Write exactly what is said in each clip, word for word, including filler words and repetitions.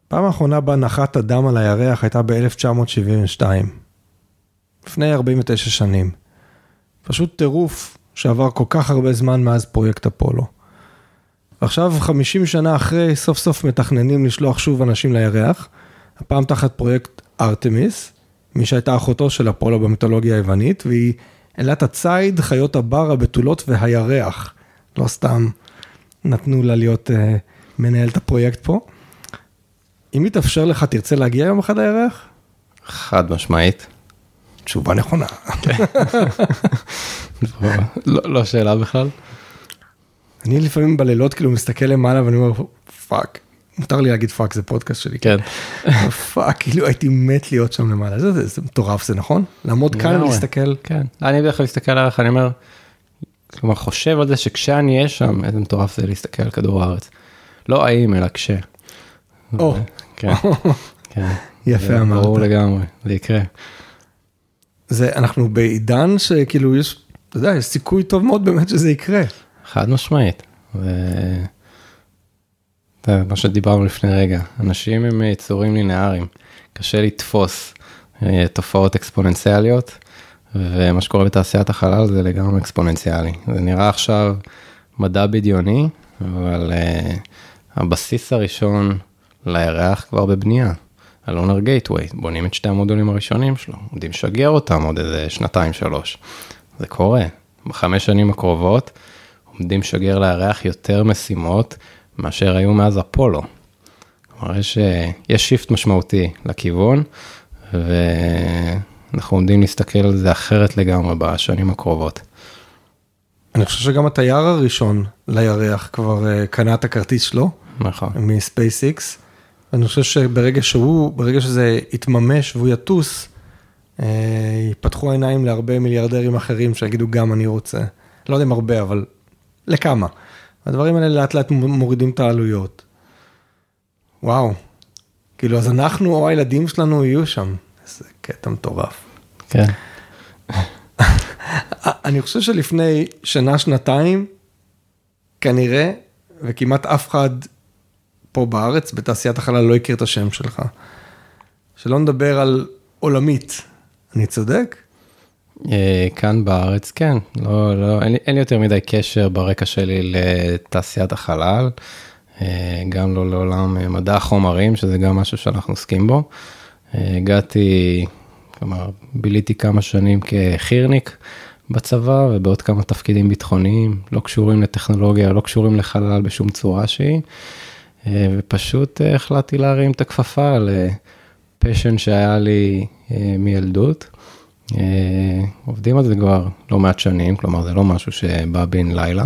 פעם האחרונה בה נחת אדם על הירח הייתה ב-אלף תשע מאות שבעים ושתיים. לפני ארבעים ותשע שנים. פשוט טירוף שעבר כל כך הרבה זמן מאז פרויקט אפולו. ועכשיו חמישים שנה אחרי סוף סוף מתכננים לשלוח שוב אנשים לירח, הפעם תחת פרויקט ארתמיס, מי שהייתה אחותו של אפולו במיתולוגיה היוונית, והיא אלת הציד, חיות הבר, הבתולות והירח. לא סתם נתנו לה להיות uh, מנהלת הפרויקט פה. אם יתאפשר לך, תרצה להגיע יום אחד לירח? חד משמעית. תשובה נכונה. לא, לא שאלה בכלל. אני לפעמים בלילות כאילו מסתכל למעלה ואני אומר, פאק. מותר לי להגיד פאק, זה פודקאסט שלי. כן. פאק, כאילו הייתי מת להיות שם למעלה. זה, זה, זה מטורף, זה נכון? לעמוד כאן ולהסתכל. כן. אני בדרך כלל להסתכל עליך, אני אומר, כלומר, חושב על זה שכשאני אהיה שם, איזה מטורף זה להסתכל על כדור הארץ. לא האם, אלא כש. או. כן. כן. יפה אמרת. ברור לגמרי, זה יקרה. זה, אנחנו בעידן שכאילו יש, אתה יודע, יש סיכוי טוב מאוד באמת שזה יקרה. חד משמעית. זה מה שדיברנו לפני רגע. אנשים הם יצורים לינאריים. קשה לתפוס תופעות אקספוננציאליות, ומה שקורה בתעשיית החלל זה לגמרי אקספוננציאלי. זה נראה עכשיו מדע בדיוני, אבל uh, הבסיס הראשון לירח כבר בבנייה. הלונר גייטווי, בונים את שתי המודולים הראשונים שלו, עומדים לשגר אותם עוד איזה שנתיים שלוש. זה קורה. בחמש שנים הקרובות, עומדים לשגר לירח יותר משימות, מאשר היו מאז אפולו. כלומר, יש, יש שיפט משמעותי לכיוון, ואנחנו עומדים להסתכל על זה אחרת לגמרי בשנים הקרובות. אני חושב שגם התייר הראשון לירח כבר קנה את הכרטיס שלו. נכון. מספייסיקס. אני חושב שברגע שהוא, ברגע שזה יתממש והוא יטוס, ייפתחו העיניים להרבה מיליארדרים אחרים שיגידו גם אני רוצה. לא יודע אם הרבה, אבל לכמה. הדברים האלה לאט לאט מורידים את העלויות. וואו. כאילו, אז אנחנו או הילדים שלנו יהיו שם. איזה קטע מטורף. כן. אני חושב שלפני שנה, שנתיים, כנראה, וכמעט אף אחד פה בארץ, בתעשיית החלל, לא הכיר את השם שלך. שלא נדבר על עולמית. אני צודק? כאן בארץ, כן. לא, לא, אין לי, אין לי יותר מדי קשר ברקע שלי לתעשיית החלל, גם לא לעולם מדע החומרים, שזה גם משהו שאנחנו עוסקים בו. הגעתי, כלומר, ביליתי כמה שנים כחירניק בצבא, ובעוד כמה תפקידים ביטחוניים, לא קשורים לטכנולוגיה, לא קשורים לחלל בשום צורה שהיא, ופשוט החלטתי להרים את הכפפה לפשן שהיה לי מילדות. עובדים על זה כבר לא מעט שנים, כלומר זה לא משהו שבא בין לילה,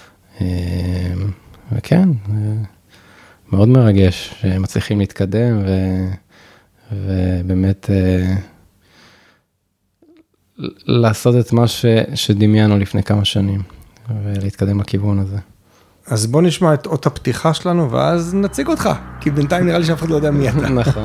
וכן, מאוד מרגש שמצליחים להתקדם, ובאמת לעשות את מה שדמיינו לפני כמה שנים, ולהתקדם לכיוון הזה. אז בוא נשמע את אות הפתיחה שלנו, ואז נציג אותך, כי בינתיים נראה לי שאף אחד לא יודע מי אתה. נכון.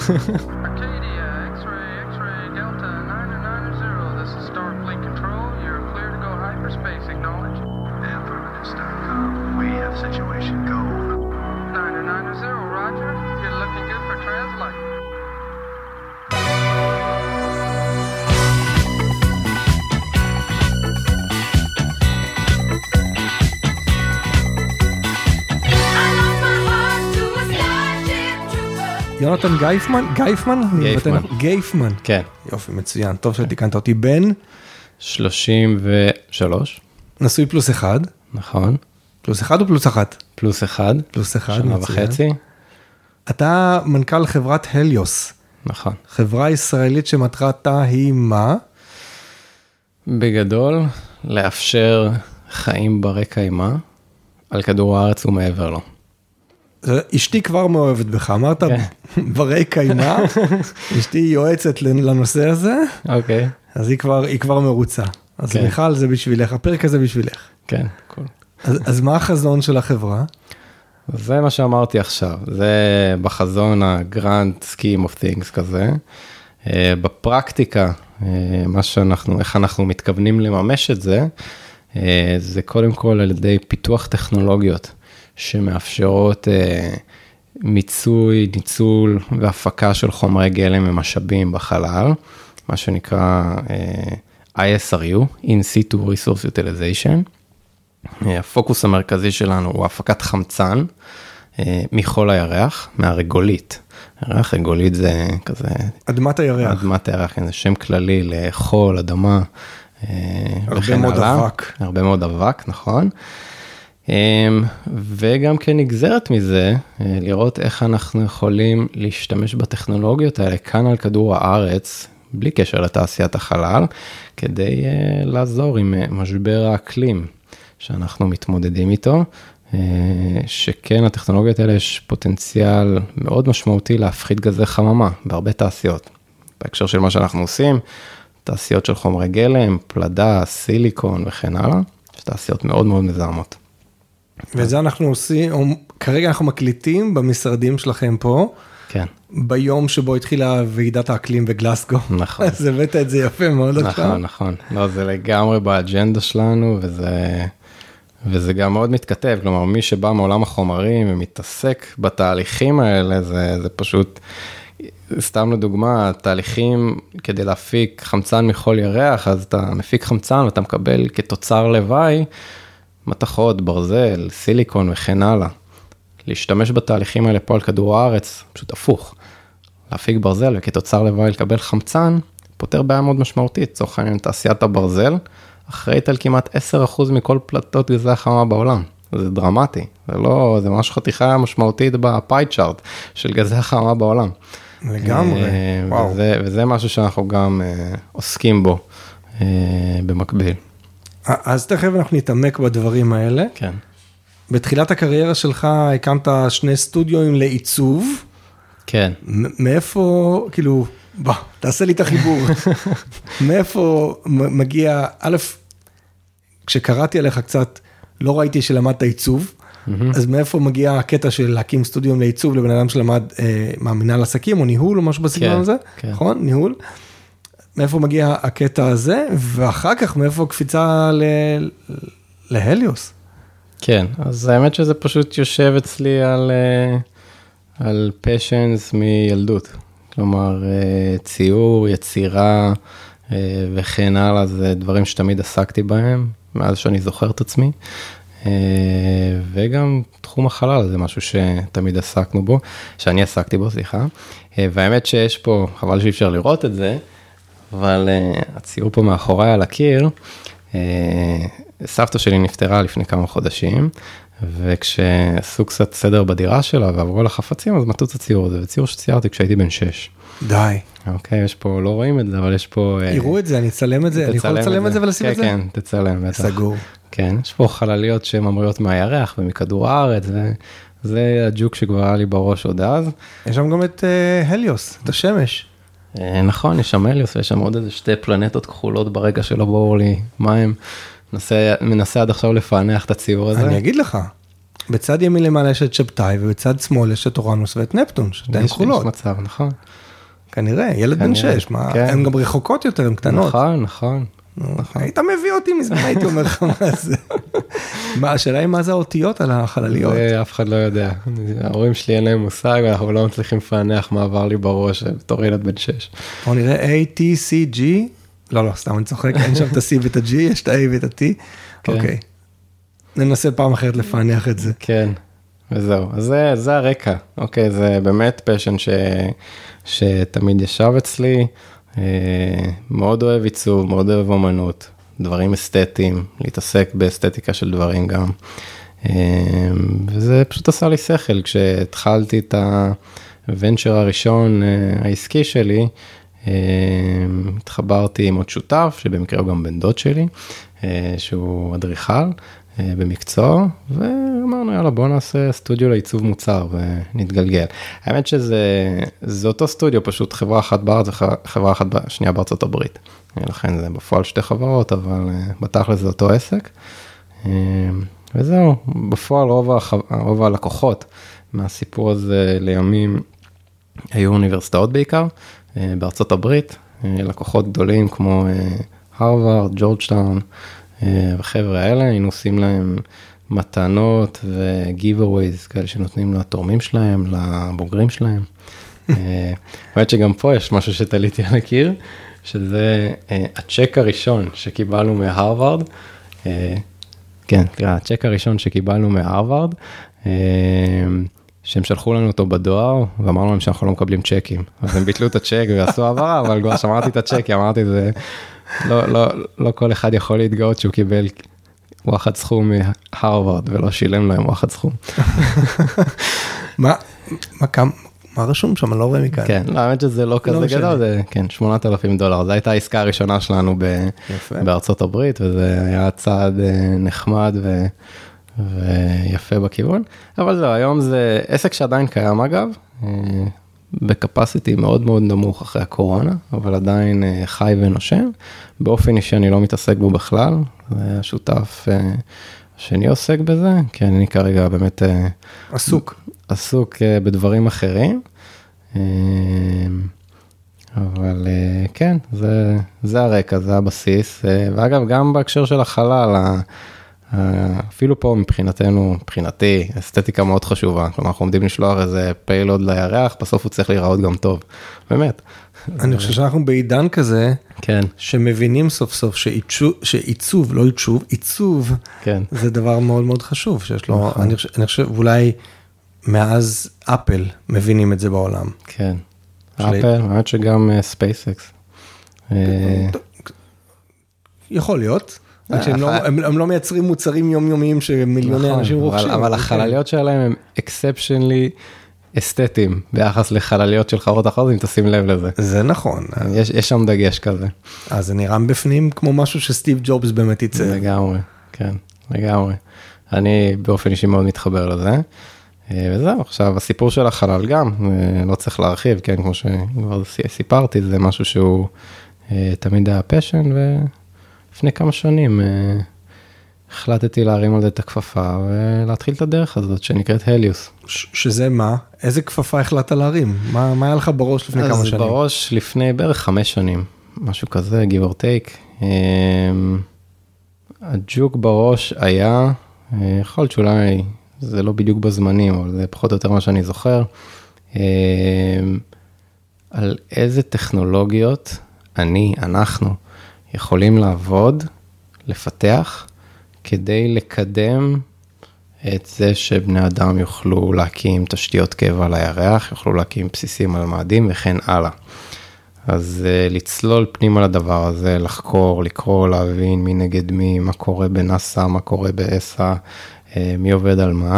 יונתן גייפמן? גייפמן? גייפמן. גייפמן. כן. יופי, מצוין. טוב שתיקנת אותי. בן? שלושים ושלוש. נשוי פלוס אחד. נכון. פלוס אחד או פלוס אחת? פלוס אחד. פלוס אחד, שנה מצוין. וחצי. אתה מנכ"ל חברת הליוס. נכון. חברה ישראלית שמטרתה היא מה? בגדול, לאפשר חיים ברי קיימא על כדור הארץ ומעבר לו. אשתי כבר מאוהבת בך, אמרת ברי קיימא, אשתי יועצת לנושא הזה, אוקיי. אז היא כבר, היא כבר מרוצה. אז מיכל זה בשבילך, הפרק הזה בשבילך. כן, קול. אז, אז מה החזון של החברה? זה מה שאמרתי עכשיו, זה בחזון ה-grand scheme of things כזה. בפרקטיקה, מה שאנחנו, איך אנחנו מתכוונים לממש את זה, זה קודם כל על ידי פיתוח טכנולוגיות, שמאפשרות מיצוי, ניצול והפקה של חומרי גלם ומשאבים בחלל, מה שנקרא איי אס אר יו, In Situ Resource Utilization. הפוקוס המרכזי שלנו הוא הפקת חמצן מחול הירח, מהרגולית. ירח, רגולית זה כזה... אדמת הירח. אדמת הירח, זה שם כללי לחול, אדמה. הרבה מאוד אבק. הרבה מאוד אבק, נכון. וגם כן נגזרת מזה, לראות איך אנחנו יכולים להשתמש בטכנולוגיות האלה כאן על כדור הארץ, בלי קשר לתעשיית החלל, כדי לעזור עם משבר האקלים שאנחנו מתמודדים איתו, שכן הטכנולוגיות האלה יש פוטנציאל מאוד משמעותי להפחית גזי חממה בהרבה תעשיות. בהקשר של מה שאנחנו עושים, תעשיות של חומרי גלם, פלדה, סיליקון וכן הלאה, תעשיות מאוד מאוד מזהמות. וזה אנחנו עושים, כרגע אנחנו מקליטים במשרדים שלכם פה, כן. ביום שבו התחילה ועידת האקלים בגלסגו. נכון. אז הבאת את זה יפה מאוד עכשיו. נכון, נכון. לא, זה לגמרי באג'נדה שלנו, וזה, וזה גם מאוד מתכתב, כלומר, מי שבא מעולם החומרים ומתעסק בתהליכים האלה, זה, זה פשוט, סתם לדוגמה, תהליכים כדי להפיק חמצן מחול ירח, אז אתה מפיק חמצן ואתה מקבל כתוצר לוואי, מתכות, ברזל, סיליקון וכן הלאה. להשתמש בתהליכים האלה פה על כדור הארץ, פשוט הפוך. להפיק ברזל וכתוצר לוואי לקבל חמצן, פותר בעיה מאוד משמעותית. צורך העניין, תעשיית הברזל, אחראית על כמעט עשרה אחוז מכל פלטות גזי החממה בעולם. זה דרמטי. זה לא, זה ממש חתיכה משמעותית בפאי צ'ארט של גזי החממה בעולם. לגמרי, וואו. וזה, וזה משהו שאנחנו גם עוסקים בו במקביל. אז תכף אנחנו נתעמק בדברים האלה. כן. בתחילת הקריירה שלך הקמת שני סטודיואים לעיצוב. כן. מאיפה, כאילו, בוא, תעשה לי את החיבור. מאיפה מגיע, א', כשקראתי עליך קצת, לא ראיתי שלמדת עיצוב, אז מאיפה מגיע הקטע של להקים סטודיואים לעיצוב לבן אדם שלמד מהמנהל עסקים או ניהול או משהו בסגנון הזה, נכון? ניהול. מאיפה מגיע הקטע הזה, ואחר כך מאיפה קפיצה להליוס? כן, אז האמת שזה פשוט יושב אצלי על, על passions מילדות. כלומר, ציור, יצירה וכן הלאה, זה דברים שתמיד עסקתי בהם, מאז שאני זוכר את עצמי. וגם תחום החלל, זה משהו שתמיד עסקנו בו, שאני עסקתי בו, סליחה. והאמת שיש פה, חבל שאי אפשר לראות את זה, אבל הציור פה מאחוריי על הקיר, סבתא שלי נפטרה לפני כמה חודשים, וכשעשו קצת סדר בדירה שלה ועברו על החפצים, אז מצאו את הציור הזה, וציור שציירתי כשהייתי בן שש. די. אוקיי, יש פה, לא רואים את זה, אבל יש פה... יראו את זה, אני אצלם את זה, אני יכול לצלם את זה ולשים את זה? כן, כן, תצלם. סגור. כן, יש פה חלליות שהן ממריאות מהירח ומכדור הארץ, וזה הג'וק שכבר היה לי בראש עוד אז. יש שם גם את הליוס, את השמש. נכון, יש שם הליוס, ויש שם עוד איזה שתי פלנטות כחולות ברגע שלא ברור לי מה הם. מנסה עד עכשיו לפענח את הציור הזה. אני אגיד לך, בצד ימין למעלה יש את שבתאי, ובצד שמאל יש את אורנוס ואת נפטון, שתיים כחולות. יש מצב, נכון. כנראה, ילד בן שש, הן גם רחוקות יותר, הן קטנות. נכון, נכון. היית מביא אותי מזמן, הייתי אומר לך מה זה. השאלה היא מה זה האותיות על החלליות. זה אף אחד לא יודע. ההורים שלי אין להם מושג, אנחנו לא מצליחים לפענח מה עבר לי בראש בתור ילד בן שש. בוא נראה A, T, C, G. לא, לא, סתם אני צוחק, אין שם את ה-C ואת ה-G, יש את ה-A ואת ה-T. אוקיי. ננסה פעם אחרת לפענח את זה. כן, וזהו. אז זה, זה הרקע. אוקיי, זה באמת פשן ש, שתמיד ישב אצלי. מאוד אוהב עיצוב, מאוד אוהב אומנות, דברים אסתטיים, להתעסק באסתטיקה של דברים גם. וזה פשוט עשה לי שכל. כשהתחלתי את הוונצ'ר הראשון העסקי שלי, התחברתי עם עוד שותף, שבמקרה הוא גם בן דוד שלי, שהוא אדריכל במקצוע, ואמרנו, יאללה, בוא נעשה סטודיו לעיצוב מוצר ונתגלגל. האמת שזה זה אותו סטודיו, פשוט חברה אחת בארץ וחברה אחת שנייה בארצות הברית. לכן זה בפועל שתי חברות, אבל בתכל'ס זה אותו עסק. וזהו, בפועל רוב, החב... רוב הלקוחות מהסיפור הזה לימים היו אוניברסיטאות בעיקר, בארצות הברית, לקוחות גדולים כמו הרווארד, ג'ורג'טאון, וחבר'ה האלה, היינו עושים להם מתנות ו-giveaways כאלה שנותנים לתורמים שלהם, לבוגרים שלהם. באמת שגם פה יש משהו שתליתי על הקיר, שזה הצ'ק הראשון שקיבלנו מהרווארד, כן, הצ'ק הראשון שקיבלנו מהרווארד, שהם שלחו לנו אותו בדואר, ואמרנו להם שאנחנו לא מקבלים צ'קים. אז הם ביטלו את הצ'ק ועשו העברה, אבל כבר שמרתי את הצ'ק, אמרתי, זה לא, לא, לא כל אחד יכול להתגאות שהוא קיבל וואחד סכום מהרווארד, ולא שילם להם וואחד סכום. מה, מה, כמה, מה רשום שם? אני לא רואה מכאן. כן, לא, האמת שזה לא כזה גדול, זה, כן, שמונת אלפים דולר. זו הייתה העסקה הראשונה שלנו ב, בארצות הברית, וזה היה צעד נחמד ו... ויפה בכיוון, אבל זהו, היום זה עסק שעדיין קיים אגב, בקפסיטי מאוד מאוד נמוך אחרי הקורונה, אבל עדיין חי ונושם, באופן אישי אני לא מתעסק בו בכלל, השותף השני עוסק בזה, כי אני כרגע באמת עסוק, עסוק בדברים אחרים, אבל כן, זה, זה הרקע, זה הבסיס, ואגב גם בהקשר של החלל, אפילו פה מבחינתנו, מבחינתי, אסתטיקה מאוד חשובה, כלומר אנחנו עומדים לשלוח איזה פיילוד לירח, בסוף הוא צריך להיראות גם טוב, באמת. אני חושב שאנחנו בעידן כזה, כן. שמבינים סוף סוף שעיצוב, לא עיצוב, עיצוב, כן. זה דבר מאוד מאוד חשוב, שיש לו, אני חושב, אני חושב, אולי מאז אפל מבינים את זה בעולם. כן, אפל, באמת שגם ספייסקס. יכול להיות. הם לא מייצרים מוצרים יומיומיים שמיליוני אנשים רוכשים. אבל החלליות שלהם הם exceptionally אסתטיים ביחס לחלליות של חברות אחרות, אם תשים לב לזה. זה נכון. יש שם דגש כזה. אז זה נראה בפנים כמו משהו שסטיב ג'ובס באמת ייצא. לגמרי, כן, לגמרי. אני באופן אישי מאוד מתחבר לזה. וזהו, עכשיו הסיפור של החלל גם, לא צריך להרחיב, כן, כמו שכבר סיפרתי, זה משהו שהוא תמיד היה פשן ו... לפני כמה שנים החלטתי להרים על זה את הכפפה ולהתחיל את הדרך הזאת שנקראת הליוס. שזה מה? איזה כפפה החלטת להרים? מה, מה היה לך בראש לפני כמה שנים? אז בראש לפני בערך חמש שנים, משהו כזה, give or take. הג'וק בראש היה, יכול להיות שאולי זה לא בדיוק בזמנים, אבל זה פחות או יותר מה שאני זוכר, על איזה טכנולוגיות אני, אנחנו, יכולים לעבוד, לפתח, כדי לקדם את זה שבני אדם יוכלו להקים תשתיות קבע על הירח, יוכלו להקים בסיסים על מאדים וכן הלאה. אז לצלול פנימה לדבר הזה, לחקור, לקרוא, להבין מי נגד מי, מה קורה בנאסא, מה קורה באסא, מי עובד על מה.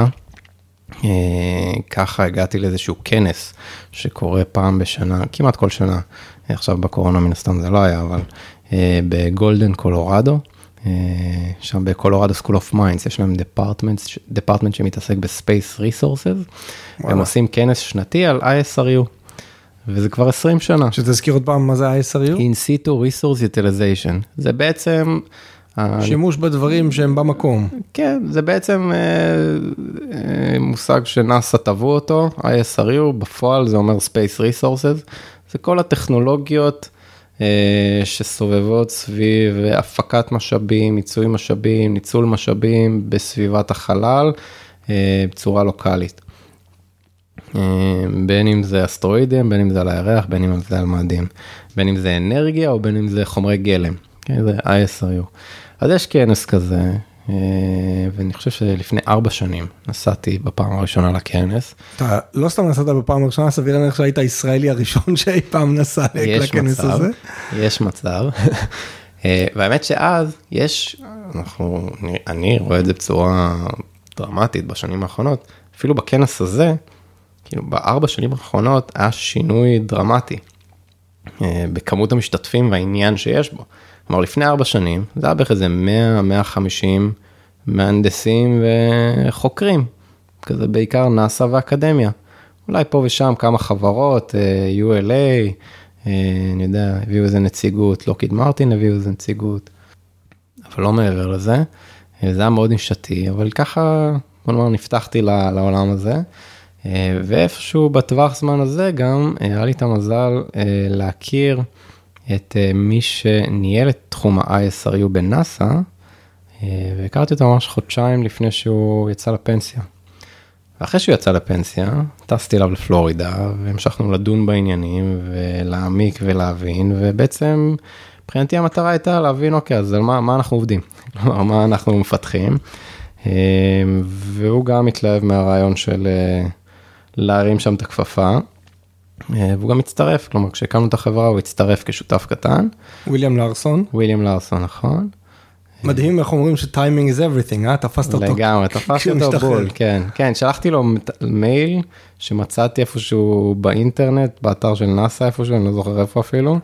ככה הגעתי לאיזשהו כנס שקורה פעם בשנה, כמעט כל שנה, עכשיו בקורונה מן הסתם זה לא היה, אבל בגולדן קולורדו, שם בקולורדו סקול אוף מיינדס, יש להם דפרטמנט שמתעסק בספייס ריסורסס, הם עושים כנס שנתי על איי אס אר יו, וזה כבר עשרים שנה. שתזכיר עוד פעם מה זה איי אס אר יו? In situ Resource Utilization, זה בעצם... שימוש בדברים שהם במקום. כן, זה בעצם מושג שנאסא טבעו אותו, איי אס אר יו, בפועל זה אומר Space Resources, זה כל הטכנולוגיות שסובבות סביב הפקת משאבים, מיצוי משאבים, ניצול משאבים בסביבת החלל, בצורה לוקלית. בין אם זה אסטרואידים, בין אם זה על הירח, בין אם זה על מאדים, בין אם זה אנרגיה או בין אם זה חומרי גלם, זה איי אס אר יו. אז יש כנס כזה, ואני חושב שלפני ארבע שנים נסעתי בפעם הראשונה לכנס. אתה לא סתם נסעת בפעם הראשונה, סביר להניח שהיית הישראלי הראשון שאי פעם נסע לכנס הזה. יש מצב, והאמת שאז יש, אנחנו, אני רואה את זה בצורה דרמטית בשנים האחרונות, אפילו בכנס הזה, כאילו בארבע שנים האחרונות היה שינוי דרמטי, בכמות המשתתפים והעניין שיש בו. כלומר, לפני ארבע שנים, זה היה בערך איזה מאה עד מאה וחמישים מהנדסים וחוקרים, כזה בעיקר נאסא ואקדמיה. אולי פה ושם כמה חברות, יו אל איי, אני יודע, הביאו איזה נציגות, לוקיד מרטין הביאו איזה נציגות, אבל לא מעבר לזה. זה היה מאוד נשתי, אבל ככה, בוא נאמר, נפתחתי לעולם הזה, ואיפשהו בטווח זמן הזה גם היה לי את המזל להכיר את מי שניהל את תחום ה-איי אס אר יו בנאסא, והכרתי אותו ממש חודשיים לפני שהוא יצא לפנסיה. ואחרי שהוא יצא לפנסיה, טסתי אליו לפלורידה, והמשכנו לדון בעניינים, ולהעמיק ולהבין, ובעצם, מבחינתי המטרה הייתה להבין, אוקיי, אז על מה, מה אנחנו עובדים? כלומר, מה אנחנו מפתחים? והוא גם התלהב מהרעיון של להרים שם את הכפפה, והוא גם הצטרף, כלומר, כשהקמנו את החברה, הוא הצטרף כשותף קטן. וויליאם לארסון. וויליאם לארסון, נכון. מדהים, איך אומרים שטיימינג is everything, אה? תפסת אותו. לגמרי, תפסתי אותו בול, כן. כן, שלחתי לו מייל שמצאתי איפשהו באינטרנט, באתר של נאסא איפשהו, אני לא זוכר איפה אפילו,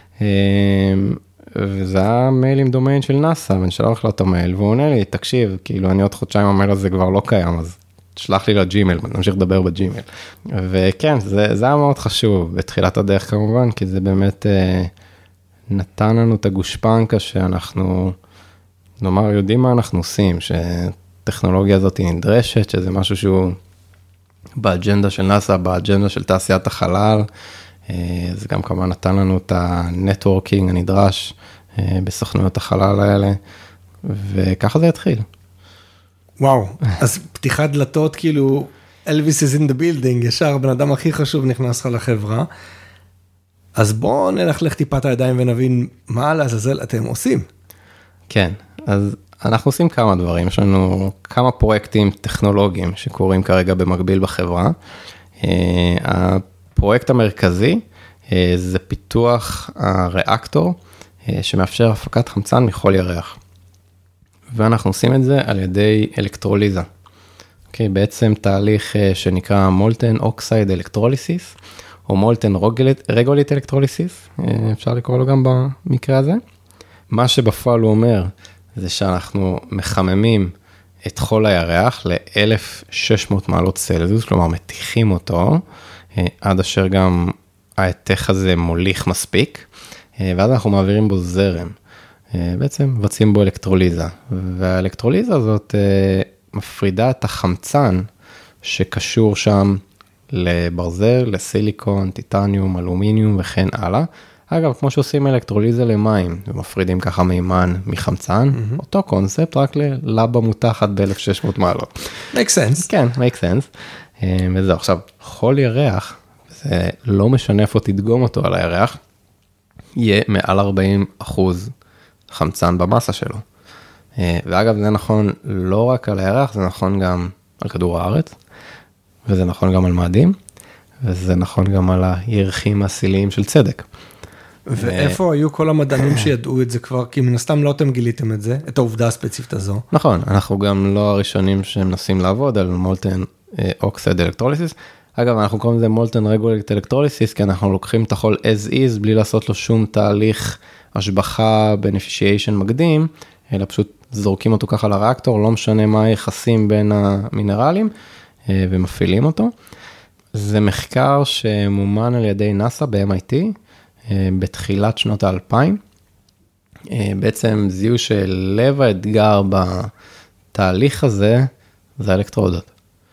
וזה היה מייל עם דומיין של נאסא, ואני שלח לו את המייל, והוא עונה לי, תקשיב, כאילו אני עוד חודשיים המייל הזה כבר לא קיים, אז שלח לי לג'ימייל, נמשיך לדבר בג'ימייל. וכן, זה, זה היה מאוד חשוב, בתחילת הדרך כמובן, כי זה באמת נתן לנו את הגושפנקה שאנחנו, נאמר, יודעים מה אנחנו עושים, שטכנולוגיה הזאת היא נדרשת, שזה משהו שהוא באג'נדה של נאסא, באג'נדה של תעשיית החלל, זה גם כמובן נתן לנו את הנטוורקינג הנדרש בסוכנויות החלל האלה, וככה זה התחיל. וואו, אז פתיחת דלתות, כאילו, אלוויס is in the building, ישר, בן אדם הכי חשוב נכנס לך לחברה, אז בואו נלך טיפה את הידיים ונבין מה לעזאזל אתם עושים. כן, אז אנחנו עושים כמה דברים, יש לנו כמה פרויקטים טכנולוגיים שקורים כרגע במקביל בחברה. הפרויקט המרכזי זה פיתוח הריאקטור, שמאפשר הפקת חמצן מכל ירח. ואנחנו עושים את זה על ידי אלקטרוליזה. אוקיי, בעצם תהליך שנקרא מולטן אוקסייד אלקטרוליסיס, או מולטן רגולית אלקטרוליסיס, אפשר לקרוא לו גם במקרה הזה. מה שבפועל הוא אומר, זה שאנחנו מחממים את חול הירח ל-אלף ושש מאות מעלות צלזיוס, כלומר מתיחים אותו, עד אשר גם ההתך הזה מוליך מספיק, ואז אנחנו מעבירים בו זרם. בעצם מבצעים בו אלקטרוליזה, והאלקטרוליזה הזאת מפרידה את החמצן שקשור שם לברזל, לסיליקון, טיטניום, אלומיניום וכן הלאה. אגב, כמו שעושים אלקטרוליזה למים, ומפרידים ככה מימן מחמצן, mm-hmm. אותו קונספט, רק ללבה מותחת ב-אלף ושש מאות מעלות. make sense. כן, make sense. וזהו, עכשיו, חול ירח, זה לא משנה איפה תדגום אותו על הירח, יהיה מעל ארבעים אחוז חמצן במסה שלו. ואגב, זה נכון לא רק על הירח, זה נכון גם על כדור הארץ, וזה נכון גם על מאדים, וזה נכון גם על הירחים הסיליים של צדק. ואיפה היו כל המדענים שידעו את זה כבר? כי מן הסתם לא אתם גיליתם את זה, את העובדה הספציפית הזו. נכון, אנחנו גם לא הראשונים שמנסים לעבוד על מולטן אוקסייד אלקטרוליסיס. אגב, אנחנו קוראים לזה מולטן רגולית אלקטרוליסיס, כי אנחנו לוקחים את החול as is, בלי לעשות לו שום תהליך השבחה, beneficiation מקדים, אלא פשוט זורקים אותו ככה לריאקטור, לא משנה מה היחסים בין המינרלים, ומפעילים אותו. זה מחקר שמומן על ידי נאסא ב-אם איי טי, בתחילת שנות האלפיים. בעצם זיהו שלב האתגר בתהליך הזה, זה האלקטרודות.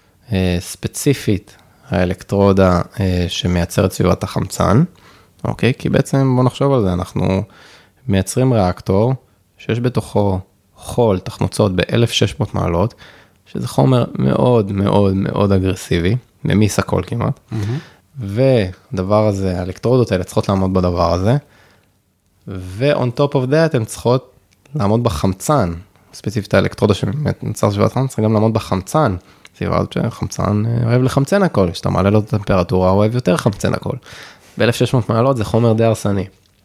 ספציפית, האלקטרודה שמייצרת סביבת החמצן, אוקיי? כי בעצם בוא נחשוב על זה, אנחנו מייצרים ריאקטור, שיש בתוכו חול, תחמוצות ב-אלף ושש מאות מעלות, שזה חומר מאוד מאוד מאוד אגרסיבי, ממיס הכל כמעט, mm-hmm. ודבר הזה, האלקטרודות האלה צריכות לעמוד בדבר הזה, ו-on top of that הן צריכות לעמוד בחמצן, ספציפית האלקטרודה שמייצר סביבת חמצן, צריכה גם לעמוד בחמצן, סביבת שחמצן אוהב לחמצן הכל, כשאתה מעלה לו את הטמפרטורה, הוא אוהב יותר חמצן הכל. ב-אלף ושש מאות מעלות זה חומר די הרסני.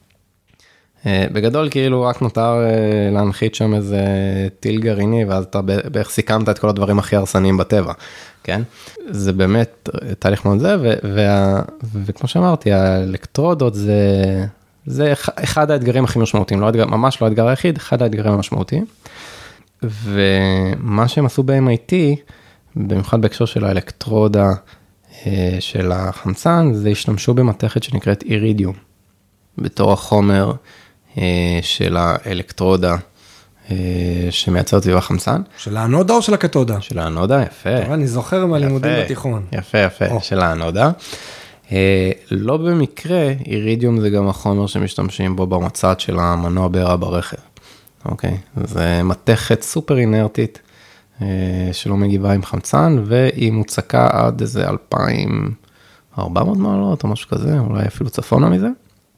בגדול כאילו רק נותר להנחית שם איזה טיל גרעיני, ואז אתה בערך סיכמת את כל הדברים הכי הרסניים בטבע, כן? זה באמת תהליך מאוד זה, וכמו שאמרתי, האלקטרודות זה אחד האתגרים הכי משמעותיים, ממש לא האתגר היחיד, אחד האתגרים המשמעותיים. ומה שהם עשו ב-אם איי טי, במיוחד בהקשר של האלקטרודה של החמצן, זה השתמשו במתכת שנקראת אירידיום, בתור החומר של האלקטרודה שמייצרת סביבה חמצן. של האנודה או של הקתודה? של האנודה, יפה. אני זוכר מהלימודים בתיכון. יפה, יפה, של האנודה. לא במקרה, אירידיום זה גם החומר שמשתמשים בו במצד של המנוע בעירה ברכב. אוקיי? זה מתכת סופר אינרטית, שלא מגיבה עם חמצן, והיא מוצקה עד איזה אלפיים וארבע מאות מעלות, או משהו כזה, אולי אפילו צפונה מזה.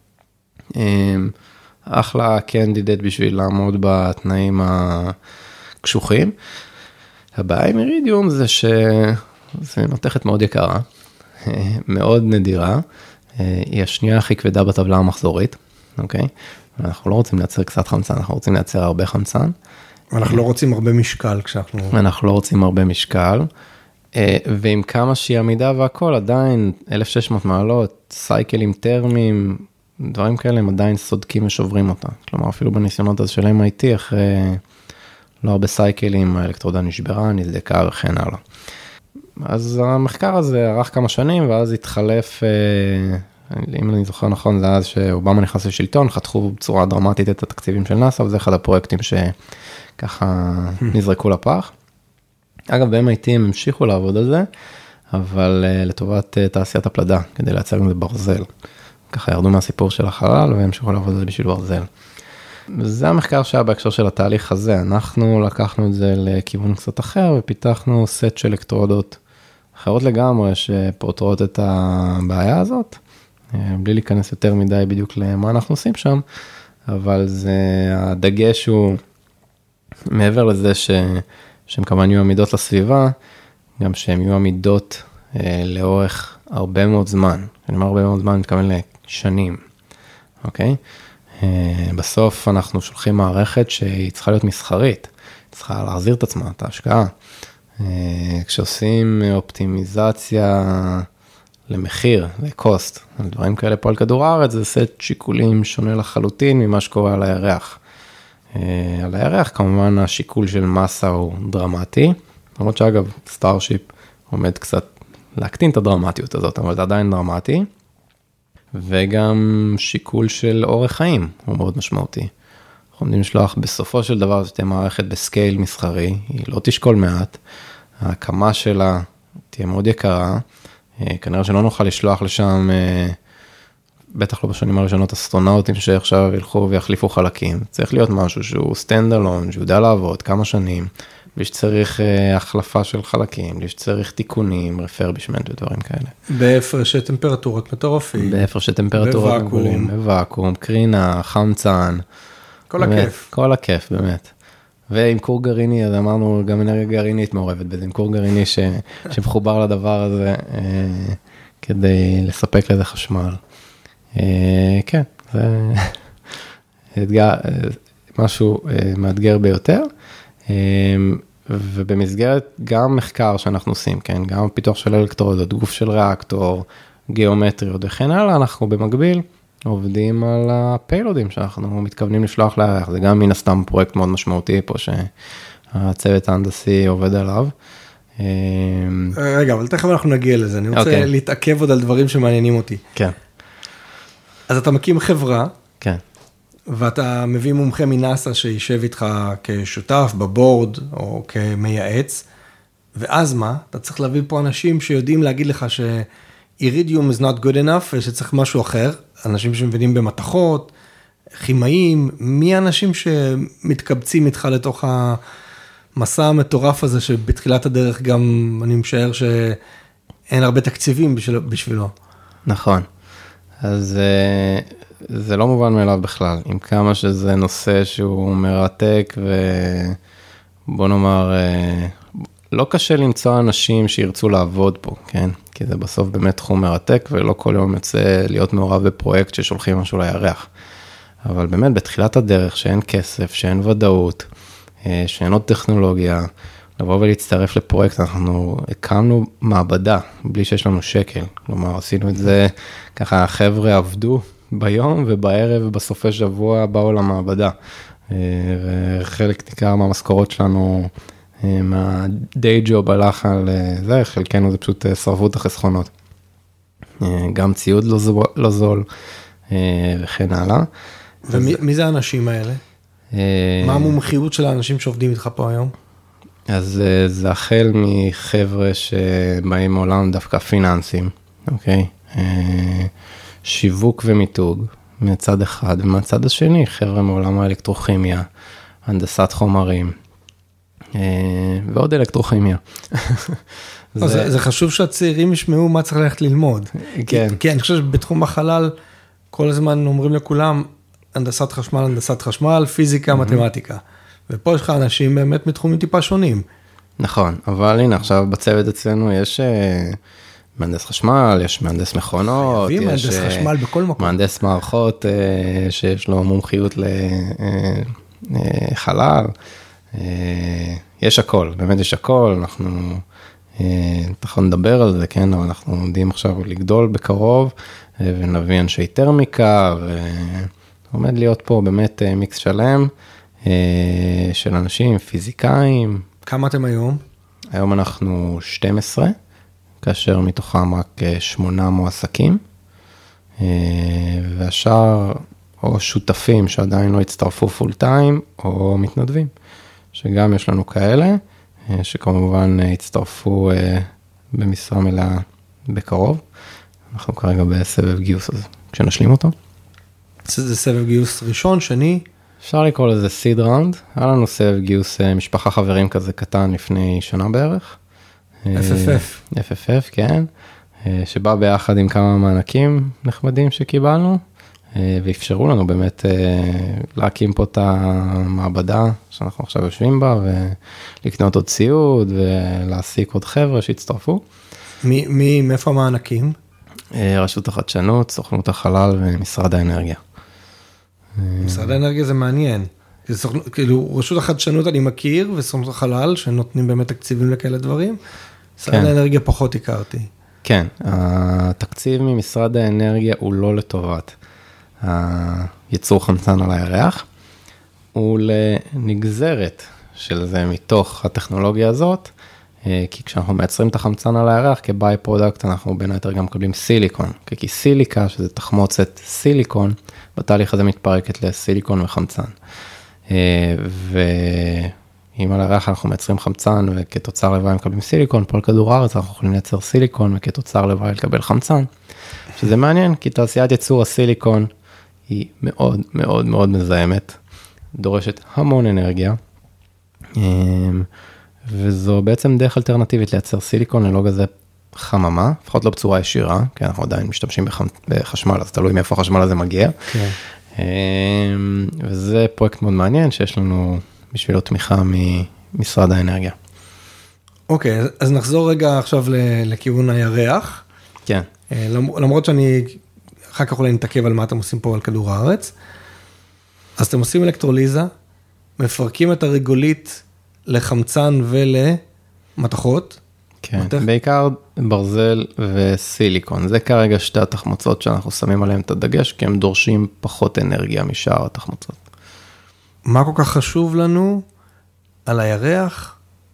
אחלה קנדידט בשביל לעמוד בתנאים הקשוחים. הבעיה עם אירידיום זה שזה מתכת מאוד יקרה, מאוד נדירה, היא השנייה הכי כבדה בטבלה המחזורית, אוקיי? אנחנו לא רוצים לייצר קצת חמצן, אנחנו רוצים לייצר הרבה חמצן. אנחנו לא רוצים הרבה משקל כשאנחנו... אנחנו לא רוצים הרבה משקל, ועם כמה שהיא עמידה והכל, עדיין אלף ושש מאות מעלות, סייקלים טרמיים, דברים כאלה הם עדיין סודקים ושוברים אותה. כלומר, אפילו בניסיונות אז של אם איי טי, אחרי לא הרבה סייקלים, האלקטרודה נשברה, נזדקה וכן הלאה. אז המחקר הזה ערך כמה שנים, ואז התחלף, אם אני זוכר נכון, זה אז שאובמה נכנס לשלטון, חתכו בצורה דרמטית את התקציבים של נאס"א, וזה אחד הפרויקטים שככה נזרקו לפח. אגב, ב-אם איי טי הם המשיכו לעבוד על זה, אבל לטובת תעשיית הפלדה, כדי לייצר עם זה ברזל. ככה ירדו מהסיפור של החלל, והמשיכו לעבוד על זה בשביל ברזל. זה המחקר שהיה בהקשר של התהליך הזה, אנחנו לקחנו את זה לכיוון קצת אחר, ופיתחנו סט של אלקטרודות אחרות לגמרי, שפותרות את הבעיה הזאת, בלי להיכנס יותר מדי בדיוק למה אנחנו עושים שם, אבל זה, הדגש הוא, מעבר לזה ש, שהם כמובן יהיו עמידות לסביבה, גם שהם יהיו עמידות אה, לאורך הרבה מאוד זמן, אני אומר הרבה מאוד זמן, אני מתכוון לשנים, אוקיי? בסוף אנחנו שולחים מערכת שהיא צריכה להיות מסחרית, צריכה להחזיר את עצמה, את ההשקעה. כשעושים אופטימיזציה למחיר, לקוסט, דברים כאלה פה על כדור הארץ, זה סט שיקולים שונה לחלוטין ממה שקורה על הירח. על הירח כמובן השיקול של מסה הוא דרמטי, למרות שאגב סטארשיפ עומד קצת להקטין את הדרמטיות הזאת, אבל זה עדיין דרמטי. וגם שיקול של אורך חיים הוא מאוד משמעותי. אנחנו עומדים לשלוח בסופו של דבר, זאת תהיה מערכת בסקייל מסחרי, היא לא תשקול מעט, ההקמה שלה תהיה מאוד יקרה, כנראה שלא נוכל לשלוח לשם, בטח לא בשנים הראשונות אסטרונאוטים שעכשיו ילכו ויחליפו חלקים, צריך להיות משהו שהוא סטנד אלון, שהוא יודע לעבוד כמה שנים, בלי שצריך החלפה של חלקים, בלי שצריך תיקונים, רפרבישמנט ודברים כאלה. בהפרשי טמפרטורות מטורפים. בהפרשי טמפרטורות מגולים, בוואקום, קרינה, חמצן. כל הכיף. כל הכיף, באמת. ועם קור גרעיני, אז אמרנו, גם אנרגיה גרעינית מעורבת בזה, עם קור גרעיני שמחובר לדבר הזה, כדי לספק לזה חשמל. כן, זה משהו מאתגר ביותר. ובמסגרת גם מחקר שאנחנו עושים, כן, גם פיתוח של אלקטרודות, גוף של ריאקטור, גיאומטריות וכן הלאה, אנחנו במקביל עובדים על הפיילודים שאנחנו מתכוונים לשלוח לירח, זה גם מן הסתם פרויקט מאוד משמעותי פה שהצוות ההנדסי עובד עליו. רגע, אבל תכף אנחנו נגיע לזה, אני רוצה להתעכב עוד על דברים שמעניינים אותי. כן. אז אתה מקים חברה. כן. ואתה מביא מומחה מנאסא שישב איתך כשותף בבורד או כמייעץ, ואז מה? אתה צריך להביא פה אנשים שיודעים להגיד לך שאירידיום is not good enough, ושצריך משהו אחר, אנשים שמבינים במתכות, כימאים, מי האנשים שמתקבצים איתך לתוך המסע המטורף הזה, שבתחילת הדרך גם אני משער שאין הרבה תקציבים בשבילו. נכון, אז זה לא מובן מאליו בכלל, עם כמה שזה נושא שהוא מרתק ובוא נאמר, לא קשה למצוא אנשים שירצו לעבוד פה, כן? כי זה בסוף באמת תחום מרתק ולא כל יום יוצא להיות מעורב בפרויקט ששולחים משהו לירח. אבל באמת בתחילת הדרך שאין כסף, שאין ודאות, שאין עוד טכנולוגיה, לבוא ולהצטרף לפרויקט, אנחנו הקמנו מעבדה בלי שיש לנו שקל, כלומר עשינו את זה ככה, החבר'ה עבדו ביום ובערב ובסופי שבוע באו למעבדה, וחלק ניכר מהמשכורות שלנו, מהדיי ג'וב הלך על זה, חלקנו זה פשוט שרפו את החסכונות, גם ציוד לא זול וכן הלאה. ומי זה האנשים האלה? מה המומחיות של האנשים שעובדים איתך פה היום? אז זה החל מחבר'ה שבאים מעולם דווקא פיננסים, אוקיי? שיווק ומיתוג מצד אחד, ומצד השני חבר'ה מעולם האלקטרוכימיה, הנדסת חומרים, ועוד אלקטרוכימיה. זה, זה חשוב שהצעירים ישמעו מה צריך ללכת ללמוד. כן. כי אני חושב שבתחום החלל, כל הזמן אומרים לכולם, הנדסת חשמל, הנדסת חשמל, פיזיקה, מתמטיקה. ופה יש לך אנשים באמת מתחומים טיפה שונים. נכון, אבל הנה עכשיו בצוות אצלנו יש מהנדס חשמל, יש מהנדס מכונות, יש מהנדס חשמל בכל מקום. מהנדס מערכות שיש לו מומחיות לחלל. יש הכל, באמת יש הכל, אנחנו תכף נדבר על זה, כן, אבל אנחנו עומדים עכשיו לגדול בקרוב, ונביא אנשי טרמיקה, ועומד להיות פה באמת מיקס שלם, של אנשים, פיזיקאים. כמה אתם היום? היום אנחנו שתים עשרה, כאשר מתוכם רק שמונה מועסקים, והשאר או שותפים שעדיין לא הצטרפו פול טיים, או מתנדבים, שגם יש לנו כאלה, שכמובן הצטרפו במשרה מלאה בקרוב. אנחנו כרגע בסבב גיוס הזה, כשנשלים אותו. זה סבב גיוס ראשון, שני? אפשר לקרוא לזה סיד ראונד. היה לנו סבב גיוס משפחה חברים כזה קטן לפני שנה בערך. אף אף אף. אף אף אף, כן. שבא ביחד עם כמה מענקים נחמדים שקיבלנו, ואפשרו לנו באמת להקים פה את המעבדה שאנחנו עכשיו יושבים בה, ולקנות עוד ציוד, ולהעסיק עוד חבר'ה שהצטרפו. מי, מאיפה המענקים? רשות החדשנות, סוכנות החלל ומשרד האנרגיה. משרד האנרגיה זה מעניין. כאילו, רשות החדשנות אני מכיר, וסוכנות החלל, שנותנים באמת תקציבים לכאלה דברים. משרד האנרגיה פחות הכרתי. כן, התקציב ממשרד האנרגיה הוא לא לטובת היצור חמצן על הירח, הוא לנגזרת של זה מתוך הטכנולוגיה הזאת, כי כשאנחנו מייצרים את החמצן על הירח, כביי פרודקט אנחנו בין היתר גם מקבלים סיליקון, כי סיליקה, שזה תחמוצת סיליקון, בתהליך הזה מתפרקת לסיליקון וחמצן. ואם על הירח אנחנו מייצרים חמצן, וכתוצר לוואי מקבלים סיליקון, פה על כדור הארץ אנחנו יכולים לייצר סיליקון, וכתוצר לוואי לקבל חמצן. שזה מעניין, כי תעשיית ייצור הסיליקון היא מאוד מאוד מאוד מזהמת, דורשת המון אנרגיה, וזו בעצם דרך אלטרנטיבית לייצר סיליקון ללא גזי חממה, לפחות לא בצורה ישירה, כי אנחנו עדיין משתמשים בחשמל, אז תלוי מאיפה החשמל הזה מגיע. כן. וזה פרויקט מאוד מעניין, שיש לנו בשבילו תמיכה ממשרד האנרגיה. אוקיי, אז נחזור רגע עכשיו לכיוון הירח. כן. למרות שאני, אחר כך אולי נתעכב על מה אתם עושים פה על כדור הארץ. אז אתם עושים אלקטרוליזה, מפרקים את הרגולית לחמצן ולמתכות. כן, מתח... בעיקר ברזל וסיליקון. זה כרגע שתי התחמוצות שאנחנו שמים עליהם את הדגש, כי הם דורשים פחות אנרגיה משאר התחמוצות. מה כל כך חשוב לנו על הירח?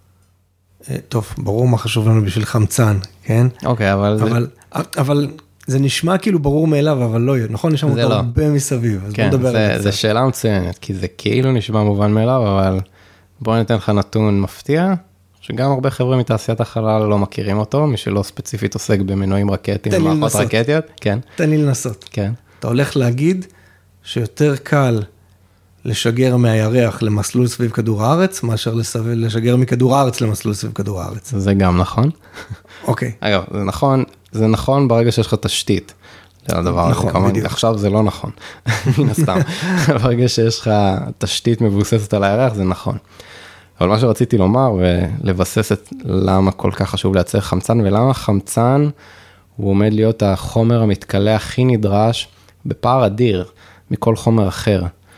טוב, ברור מה חשוב לנו בשביל חמצן, כן? אוקיי, אבל... אבל, זה... אבל זה נשמע כאילו ברור מאליו, אבל לא, נכון? נשמע אותו לא. הרבה מסביב, אז כן, בוא נדבר זה, על זה. זה שאלה מצוינת, כי זה כאילו נשמע מובן מאליו, אבל בוא ניתן לך נתון מפתיע, שגם הרבה חבר'ה מתעשיית החלל לא מכירים אותו, מי שלא ספציפית עוסק במנועים רקטיים, ומערכות רקטיות. כן. תן לי לנסות. כן. אתה הולך להגיד שיותר קל לשגר מהירח למסלול סביב כדור הארץ, מאשר לשגר מכדור הארץ למסלול סביב כדור הארץ. זה גם נכון. אוקיי. אגב, זה נכון, זה נכון ברגע שיש לך תשתית. לדבר הזה. נכון, בדיוק. עכשיו זה לא נכון, מן הסתם. ברגע שיש לך תשתית מבוססת על הירח, זה נכון. אבל מה שרציתי לומר, ולבסס את למה כל כך חשוב לייצר חמצן, ולמה חמצן הוא עומד להיות החומר המתכלה הכי נדרש, בפער אדיר מכל חומר אחר,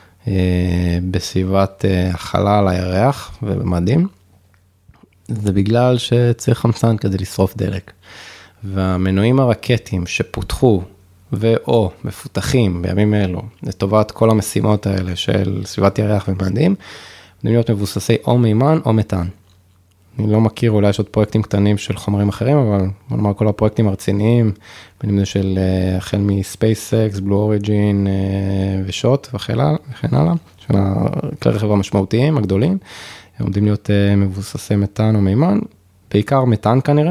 בסביבת החלל, הירח ובמדים, זה בגלל שצריך חמצן כדי לשרוף דלק. והמנועים הרקטיים שפותחו, ואו מפותחים בימים אלו, לטובת כל המשימות האלה של סביבת ירח ומדים, יכולים להיות מבוססי או מימן או מתאן. אני לא מכיר, אולי יש עוד פרויקטים קטנים של חומרים אחרים, אבל בוא נאמר כל הפרויקטים הרציניים, בין אם זה של החל מ-SpaceX, Blue Origin ושוט וכן הלאה, של כלי רכב המשמעותיים הגדולים, הם עומדים להיות מבוססי מתאן או מימן, בעיקר מתאן כנראה,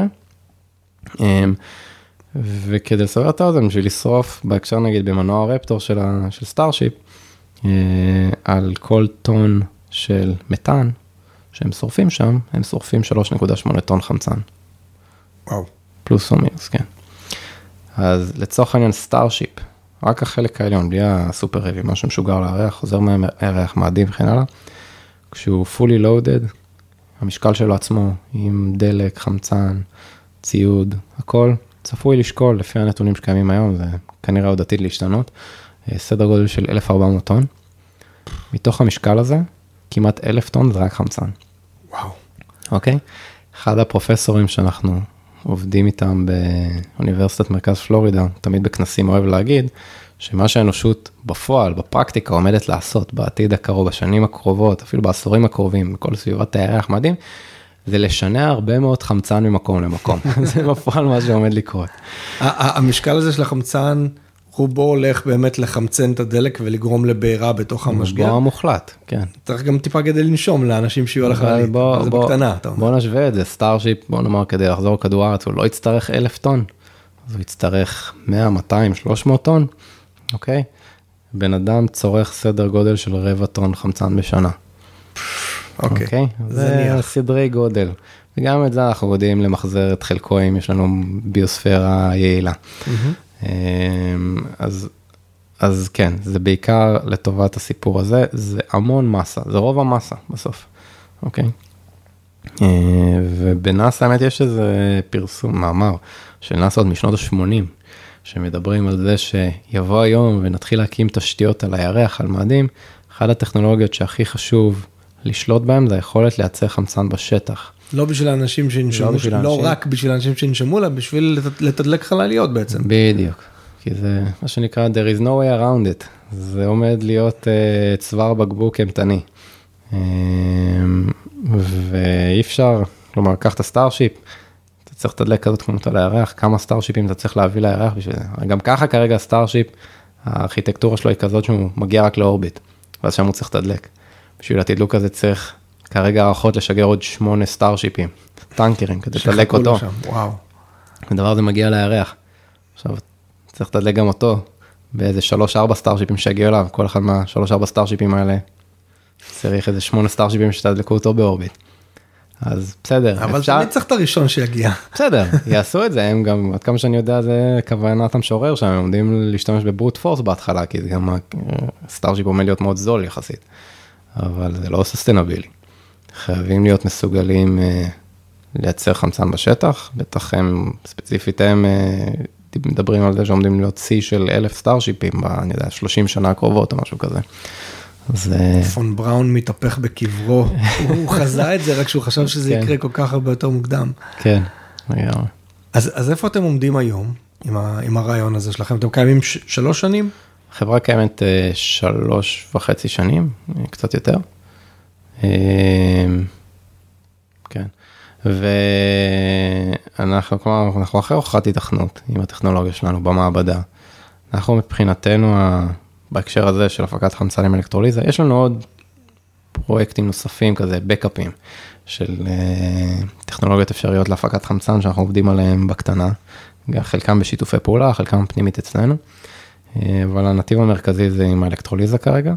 וכדי לסבר את האוזן, בשביל לשרוף, בהקשר נגיד במנוע הרפטור של, של סטארשיפ, על כל טון של מתאן, שהם שורפים שם, הם שורפים שלוש נקודה שמונה טון חמצן. וואו. פלוס או מינוס, כן. אז לצורך העניין סטארשיפ, רק החלק העליון, בלי הסופר heavy, מה שמשוגר לירח, חוזר מהירח, מאדים וכן הלאה, כשהוא fully loaded, המשקל שלו עצמו, עם דלק, חמצן, ציוד, הכל, צפוי לשקול, לפי הנתונים שקיימים היום, זה כנראה עוד עתיד להשתנות, סדר גודל של אלף וארבע מאות טון. מתוך המשקל הזה, כמעט אלף טון זה רק חמצן. וואו. אוקיי? אחד הפרופסורים שאנחנו עובדים איתם באוניברסיטת מרכז פלורידה, תמיד בכנסים אוהב להגיד, שמה שהאנושות בפועל, בפרקטיקה, עומדת לעשות בעתיד הקרוב, בשנים הקרובות, אפילו בעשורים הקרובים, בכל סביבת הירח מדהים, זה לשנע הרבה מאוד חמצן ממקום למקום. זה בפועל מה שעומד לקרות. המשקל הזה של החמצן, רובו הולך באמת לחמצן את הדלק ולגרום לבעירה בתוך המשגר. רובו המוחלט, כן. צריך גם טיפה כדי לנשום לאנשים שיהיו לך עלית. זה בקטנה, אתה אומר. בוא נשווה את זה, סטארשיפ, בוא נאמר, כדי לחזור לכדור הארץ, הוא לא יצטרך אלף טון, אז הוא יצטרך מאה, מאתיים, שלוש מאות טון, אוקיי? בן אדם צורך סדר גודל של רבע טון חמצן בשנה. אוקיי, זה סדרי גודל. וגם את זה אנחנו יודעים למחזר את חלקו, אם יש לנו ביוספירה יעילה. אז, אז כן, זה בעיקר לטובת הסיפור הזה, זה המון מסה, זה רוב המסה בסוף, אוקיי? ובנאסא האמת יש איזה פרסום, מאמר, של נאסא עוד משנות ה-שמונים, שמדברים על זה שיבוא היום ונתחיל להקים תשתיות על הירח, על מאדים, אחת הטכנולוגיות שהכי חשוב לשלוט בהם, זה היכולת לייצר חמצן בשטח. לא בשביל האנשים שנשמו, לא, לא רק בשביל האנשים שנשמו, אלא בשביל לתדלק חלליות בעצם. בדיוק, כי זה מה שנקרא, there is no way around it, זה עומד להיות uh, צוואר בקבוק אמתני, um, ואי אפשר, כלומר, קח את הסטארשיפ, אתה צריך לתדלק כזאת כמות על הירח, כמה סטארשיפים אתה צריך להביא לירח בשביל זה, גם ככה כרגע הסטארשיפ, הארכיטקטורה שלו היא כזאת שהוא מגיע רק לאורביט, ואז שם הוא צריך לתדלק, בשביל התדלוק הזה צריך כרגע הערכות לשגר עוד שמונה סטארשיפים, טנקרים, כדי לתדלק אותו. וואו. הדבר הזה מגיע לירח. עכשיו, צריך לתדלק גם אותו, באיזה שלוש ארבע סטארשיפים שהגיעו אליו, כל אחד מהשלוש ארבע סטארשיפים האלה, צריך איזה שמונה סטארשיפים שתדלקו אותו באורביט. אז בסדר. אבל תמיד צריך את הראשון שיגיע. בסדר, יעשו את זה, הם גם, עד כמה שאני יודע, זה כוונת המשורר שם, הם עומדים להשתמש בברוט פורס בהתחלה, כי זה גם סטארשיפ עומד להיות מאוד זול יחסית, אבל זה לא סוסטנבילי. חייבים להיות מסוגלים uh, לייצר חמצן בשטח, בטח הם, ספציפית הם uh, מדברים על זה שעומדים להיות צי של אלף סטארשיפים, אני יודע, שלושים שנה הקרובות או משהו כזה. אז... פון בראון מתהפך בקברו, הוא חזה את זה רק שהוא חשב שזה כן. יקרה כל כך הרבה יותר מוקדם. כן, לגמרי. אז, אז איפה אתם עומדים היום עם, ה, עם הרעיון הזה שלכם? אתם קיימים ש, שלוש שנים? החברה קיימת uh, שלוש וחצי שנים, קצת יותר. כן, ואנחנו כלומר, אנחנו אחרי הוכחת התכנות עם הטכנולוגיה שלנו במעבדה. אנחנו מבחינתנו, בהקשר הזה של הפקת חמצן עם אלקטרוליזה, יש לנו עוד פרויקטים נוספים כזה, בקאפים, של טכנולוגיות אפשריות להפקת חמצן, שאנחנו עובדים עליהם בקטנה, חלקם בשיתופי פעולה, חלקם פנימית אצלנו, אבל הנתיב המרכזי זה עם האלקטרוליזה כרגע,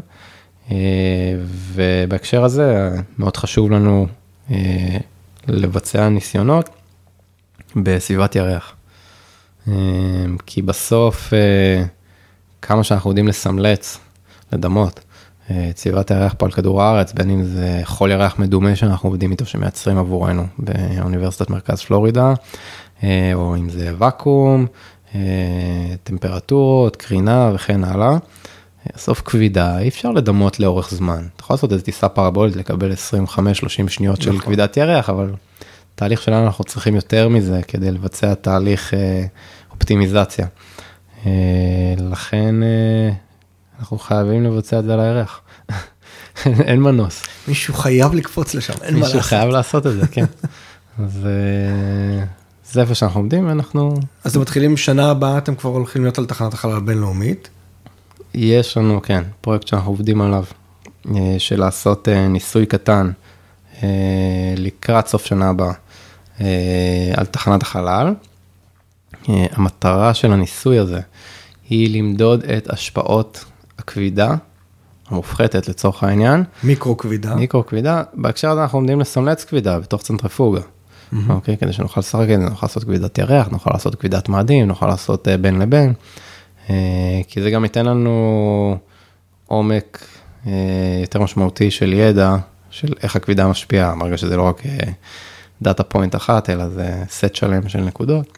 ובהקשר הזה מאוד חשוב לנו לבצע ניסיונות בסביבת ירח. כי בסוף כמה שאנחנו יודעים לסמלץ, לדמות, סביבת הירח פה על כדור הארץ, בין אם זה חול ירח מדומה שאנחנו עובדים איתו שמייצרים עבורנו באוניברסיטת מרכז פלורידה, או אם זה וקום, טמפרטורות, קרינה וכן הלאה. סוף כבידה, אי אפשר לדמות לאורך זמן. אתה יכול לעשות איזו טיסה פרבולית, לקבל עשרים וחמש שלושים שניות של כבידת ירח, אבל תהליך שלנו אנחנו צריכים יותר מזה, כדי לבצע תהליך אופטימיזציה. לכן אנחנו חייבים לבצע את זה על הירח. אין מנוס. מישהו חייב לקפוץ לשם, אין מה לעשות. מישהו חייב לעשות את זה, כן. אז זה איפה שאנחנו עומדים, ואנחנו... אז אתם מתחילים שנה הבאה, אתם כבר הולכים להיות על תחנת החלל הבינלאומית. יש לנו, כן, פרויקט שאנחנו עובדים עליו, של לעשות ניסוי קטן לקראת סוף שנה הבאה על תחנת החלל. המטרה של הניסוי הזה היא למדוד את השפעות הכבידה המופחתת לצורך העניין. מיקרו כבידה. מיקרו כבידה, בהקשר הזה אנחנו עומדים לסמלץ כבידה בתוך צנטריפוגה. Mm-hmm. אוקיי, כדי שנוכל לשחק את זה, נוכל לעשות כבידת ירח, נוכל לעשות כבידת מאדים, נוכל לעשות uh, בין לבין, uh, כי זה גם ייתן לנו עומק uh, יותר משמעותי של ידע, של איך הכבידה משפיעה, ברגע שזה לא רק דאטה פוינט אחת, אלא זה סט שלם של נקודות.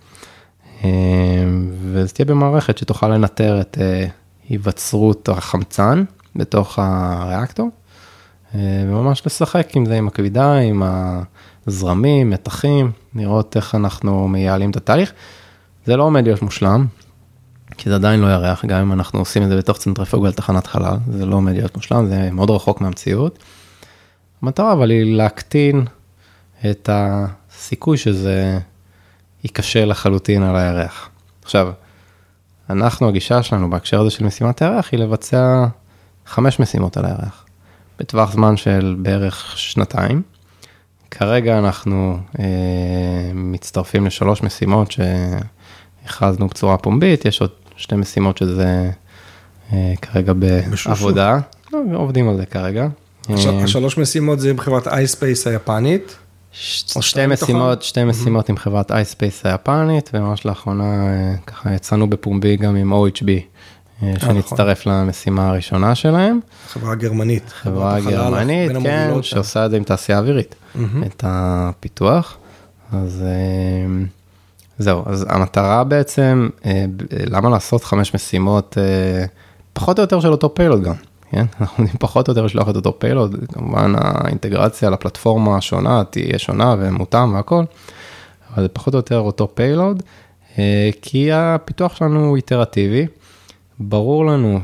וזה תהיה במערכת שתוכל לנטר את היווצרות החמצן בתוך הריאקטור, וממש לשחק עם זה, עם הכבידה, עם הזרמים, מתחים, לראות איך אנחנו מייעלים את התהליך. זה לא עומד להיות מושלם, כי זה עדיין לא ירח, גם אם אנחנו עושים את זה בתוך צנטריפוגה על תחנת חלל, זה לא עומד להיות מושלם, זה מאוד רחוק מהמציאות. המטרה אבל היא להקטין את הסיכוי שזה יקשה לחלוטין על הירח. עכשיו, אנחנו, הגישה שלנו בהקשר הזה של משימת הירח, היא לבצע חמש משימות על הירח, בטווח זמן של בערך שנתיים. כרגע אנחנו אה, מצטרפים לשלוש משימות שהכרזנו בצורה פומבית, יש עוד שתי משימות שזה אה, כרגע בעבודה, לא, עובדים על זה כרגע. השלוש משימות זה עם חברת iSpace היפנית? שתי משימות, שתי משימות עם חברת iSpace היפנית, וממש לאחרונה ככה יצאנו בפומבי גם עם או אייץ' בי, שנצטרף למשימה הראשונה שלהם. חברה גרמנית. חברה גרמנית, כן, שעושה את זה עם תעשייה אווירית, את הפיתוח. אז זהו, אז המטרה בעצם, למה לעשות חמש משימות, פחות או יותר של אותו פיילוד גם. כן? אנחנו יודעים פחות או יותר לשלוח את אותו פיילוד, כמובן האינטגרציה לפלטפורמה השונה תהיה שונה ומותאם והכל, אבל זה פחות או יותר אותו פיילוד, כי הפיתוח שלנו הוא איטרטיבי, ברור לנו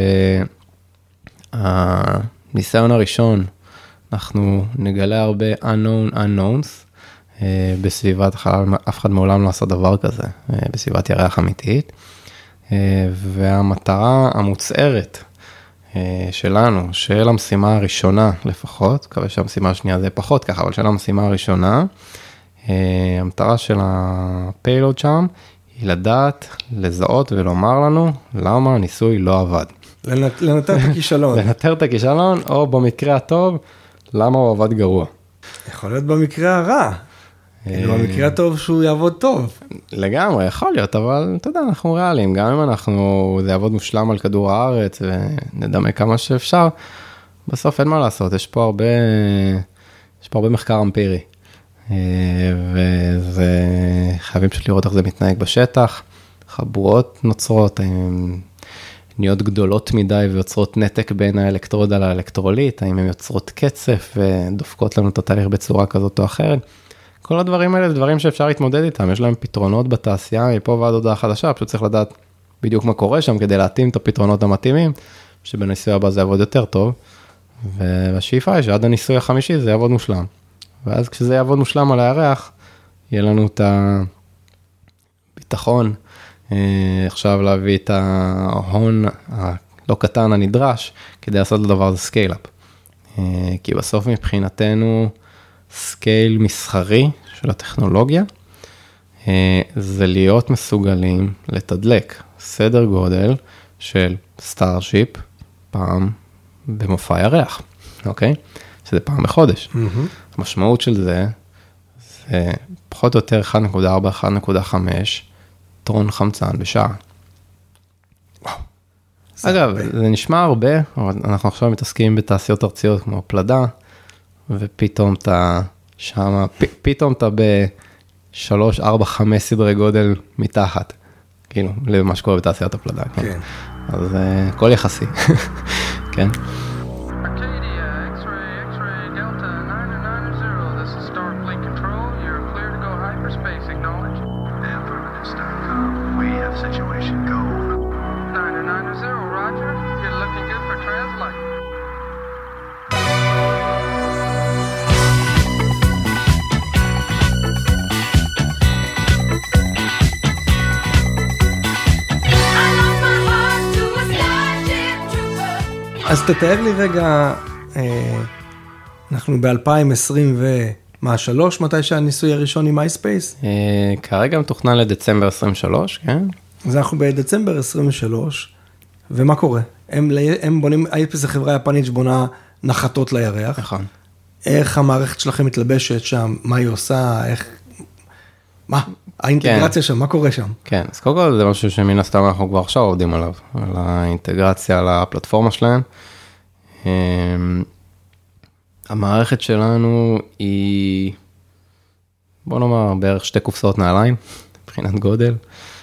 שהניסיון הראשון, אנחנו נגלה הרבה unknown unknowns, בסביבת החלל, אף אחד מעולם לא עשה דבר כזה, בסביבת ירח אמיתית, והמטרה המוצערת, שלנו, של המשימה הראשונה לפחות, מקווה שהמשימה השנייה זה פחות ככה, אבל של המשימה הראשונה, המטרה של הפיילוד שם, היא לדעת, לזהות ולומר לנו, למה הניסוי לא עבד. לנטר את הכישלון. לנטר את הכישלון, או במקרה הטוב, למה הוא עבד גרוע. יכול להיות במקרה הרע. במקרה הטוב שהוא יעבוד טוב. לגמרי, יכול להיות, אבל אתה יודע, אנחנו ריאליים, גם אם אנחנו, זה יעבוד מושלם על כדור הארץ, ונדמה כמה שאפשר, בסוף אין מה לעשות, יש פה הרבה, יש פה הרבה מחקר אמפירי, וזה, חייבים פשוט לראות איך זה מתנהג בשטח, חבורות נוצרות, נהיות גדולות מדי ויוצרות נתק בין האלקטרודה לאלקטרוליט, האם הן יוצרות קצף ודופקות לנו את התהליך בצורה כזאת או אחרת, כל הדברים האלה זה דברים שאפשר להתמודד איתם, יש להם פתרונות בתעשייה, מפה ועד הודעה חדשה, פשוט צריך לדעת בדיוק מה קורה שם, כדי להתאים את הפתרונות המתאימים, שבניסוי הבא זה יעבוד יותר טוב, והשאיפה היא שעד הניסוי החמישי זה יעבוד מושלם, ואז כשזה יעבוד מושלם על הירח, יהיה לנו את הביטחון, עכשיו להביא את ההון הלא קטן הנדרש, כדי לעשות לדבר הזה סקייל-אפ, כי בסוף מבחינתנו, סקייל מסחרי של הטכנולוגיה, זה להיות מסוגלים לתדלק סדר גודל של סטארשיפ פעם במופע ירח, אוקיי? שזה פעם בחודש. Mm-hmm. המשמעות של זה, זה פחות או יותר אחת נקודה ארבע עד אחת נקודה חמש טון חמצן בשעה. וואו. אגב, הרבה. זה נשמע הרבה, אבל אנחנו עכשיו מתעסקים בתעשיות ארציות כמו פלדה, ופתאום אתה שמה, פ, פתאום אתה בשלוש, ארבע, חמש סדרי גודל מתחת, כאילו, למה שקורה בתעשיית הפלדה, כן? כן. אז uh, כל יחסי, כן? אז תתאר לי רגע, אנחנו ב-אלפיים עשרים ושלוש, מתי שהניסוי הראשון עם iSpace? כרגע מתוכנן לדצמבר עשרים ושלוש, כן? אז אנחנו בדצמבר עשרים ושלוש, ומה קורה? הם, הם בונים, אייפס זה חברה יפנית שבונה נחתות לירח. נכון. איך המערכת שלכם מתלבשת שם, מה היא עושה, איך, מה, האינטגרציה שם, מה קורה שם? כן, אז קודם כל זה משהו שמן הסתם אנחנו כבר עכשיו עובדים עליו, על האינטגרציה, על הפלטפורמה שלהם. המערכת שלנו היא, בוא נאמר, בערך שתי קופסאות נעליים, מבחינת גודל.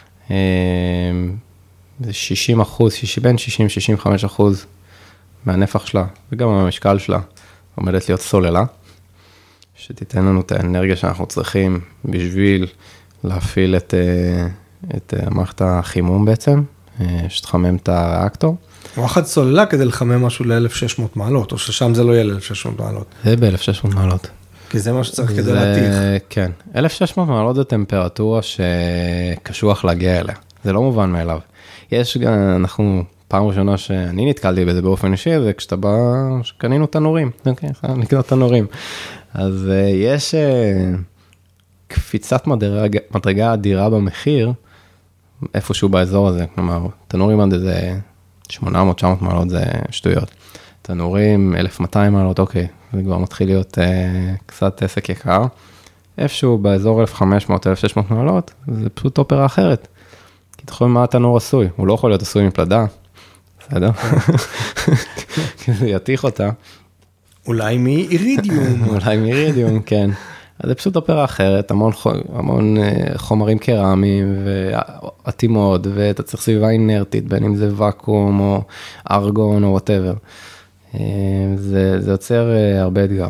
זה שישים אחוז, בין שישים עד שישים וחמישה אחוז מהנפח שלה, וגם המשקל שלה, עומדת להיות סוללה, שתיתן לנו את האנרגיה שאנחנו צריכים בשביל להפעיל את, את מערכת החימום בעצם, שתחמם את הריאקטור. וואחד סוללה כדי לחמם משהו ל-אלף ושש מאות מעלות, או ששם זה לא יהיה ל-אלף ושש מאות מעלות. זה ב-אלף ושש מאות מעלות. כי זה מה שצריך כדי להתיך. כן, אלף ושש מאות מעלות זה טמפרטורה שקשוח להגיע אליה. זה לא מובן מאליו. יש גם, אנחנו, פעם ראשונה שאני נתקלתי בזה באופן אישי, זה כשאתה בא, שקנינו תנורים. אוקיי, נקנות תנורים. אז יש קפיצת מדרגה, מדרגה אדירה במחיר, איפשהו באזור הזה. כלומר, תנורים עד איזה שמונה מאות תשע מאות מעלות זה שטויות. תנורים אלף ומאתיים מעלות, אוקיי, זה כבר מתחיל להיות אה, קצת עסק יקר. איפשהו באזור אלף וחמש מאות עד אלף ושש מאות מעלות, זה פשוט אופרה אחרת. כי אתה חושב מה התנור עשוי, הוא לא יכול להיות עשוי מפלדה, בסדר? כי זה יתיך אותה. אולי מאירידיום. אולי מאירידיום, כן. אז זה פשוט אופרה אחרת, המון, המון חומרים קרמיים ועתימות, ואתה צריך סביבה אינרטית, בין אם זה ואקום או ארגון או whatever. זה, זה יוצר הרבה אתגר.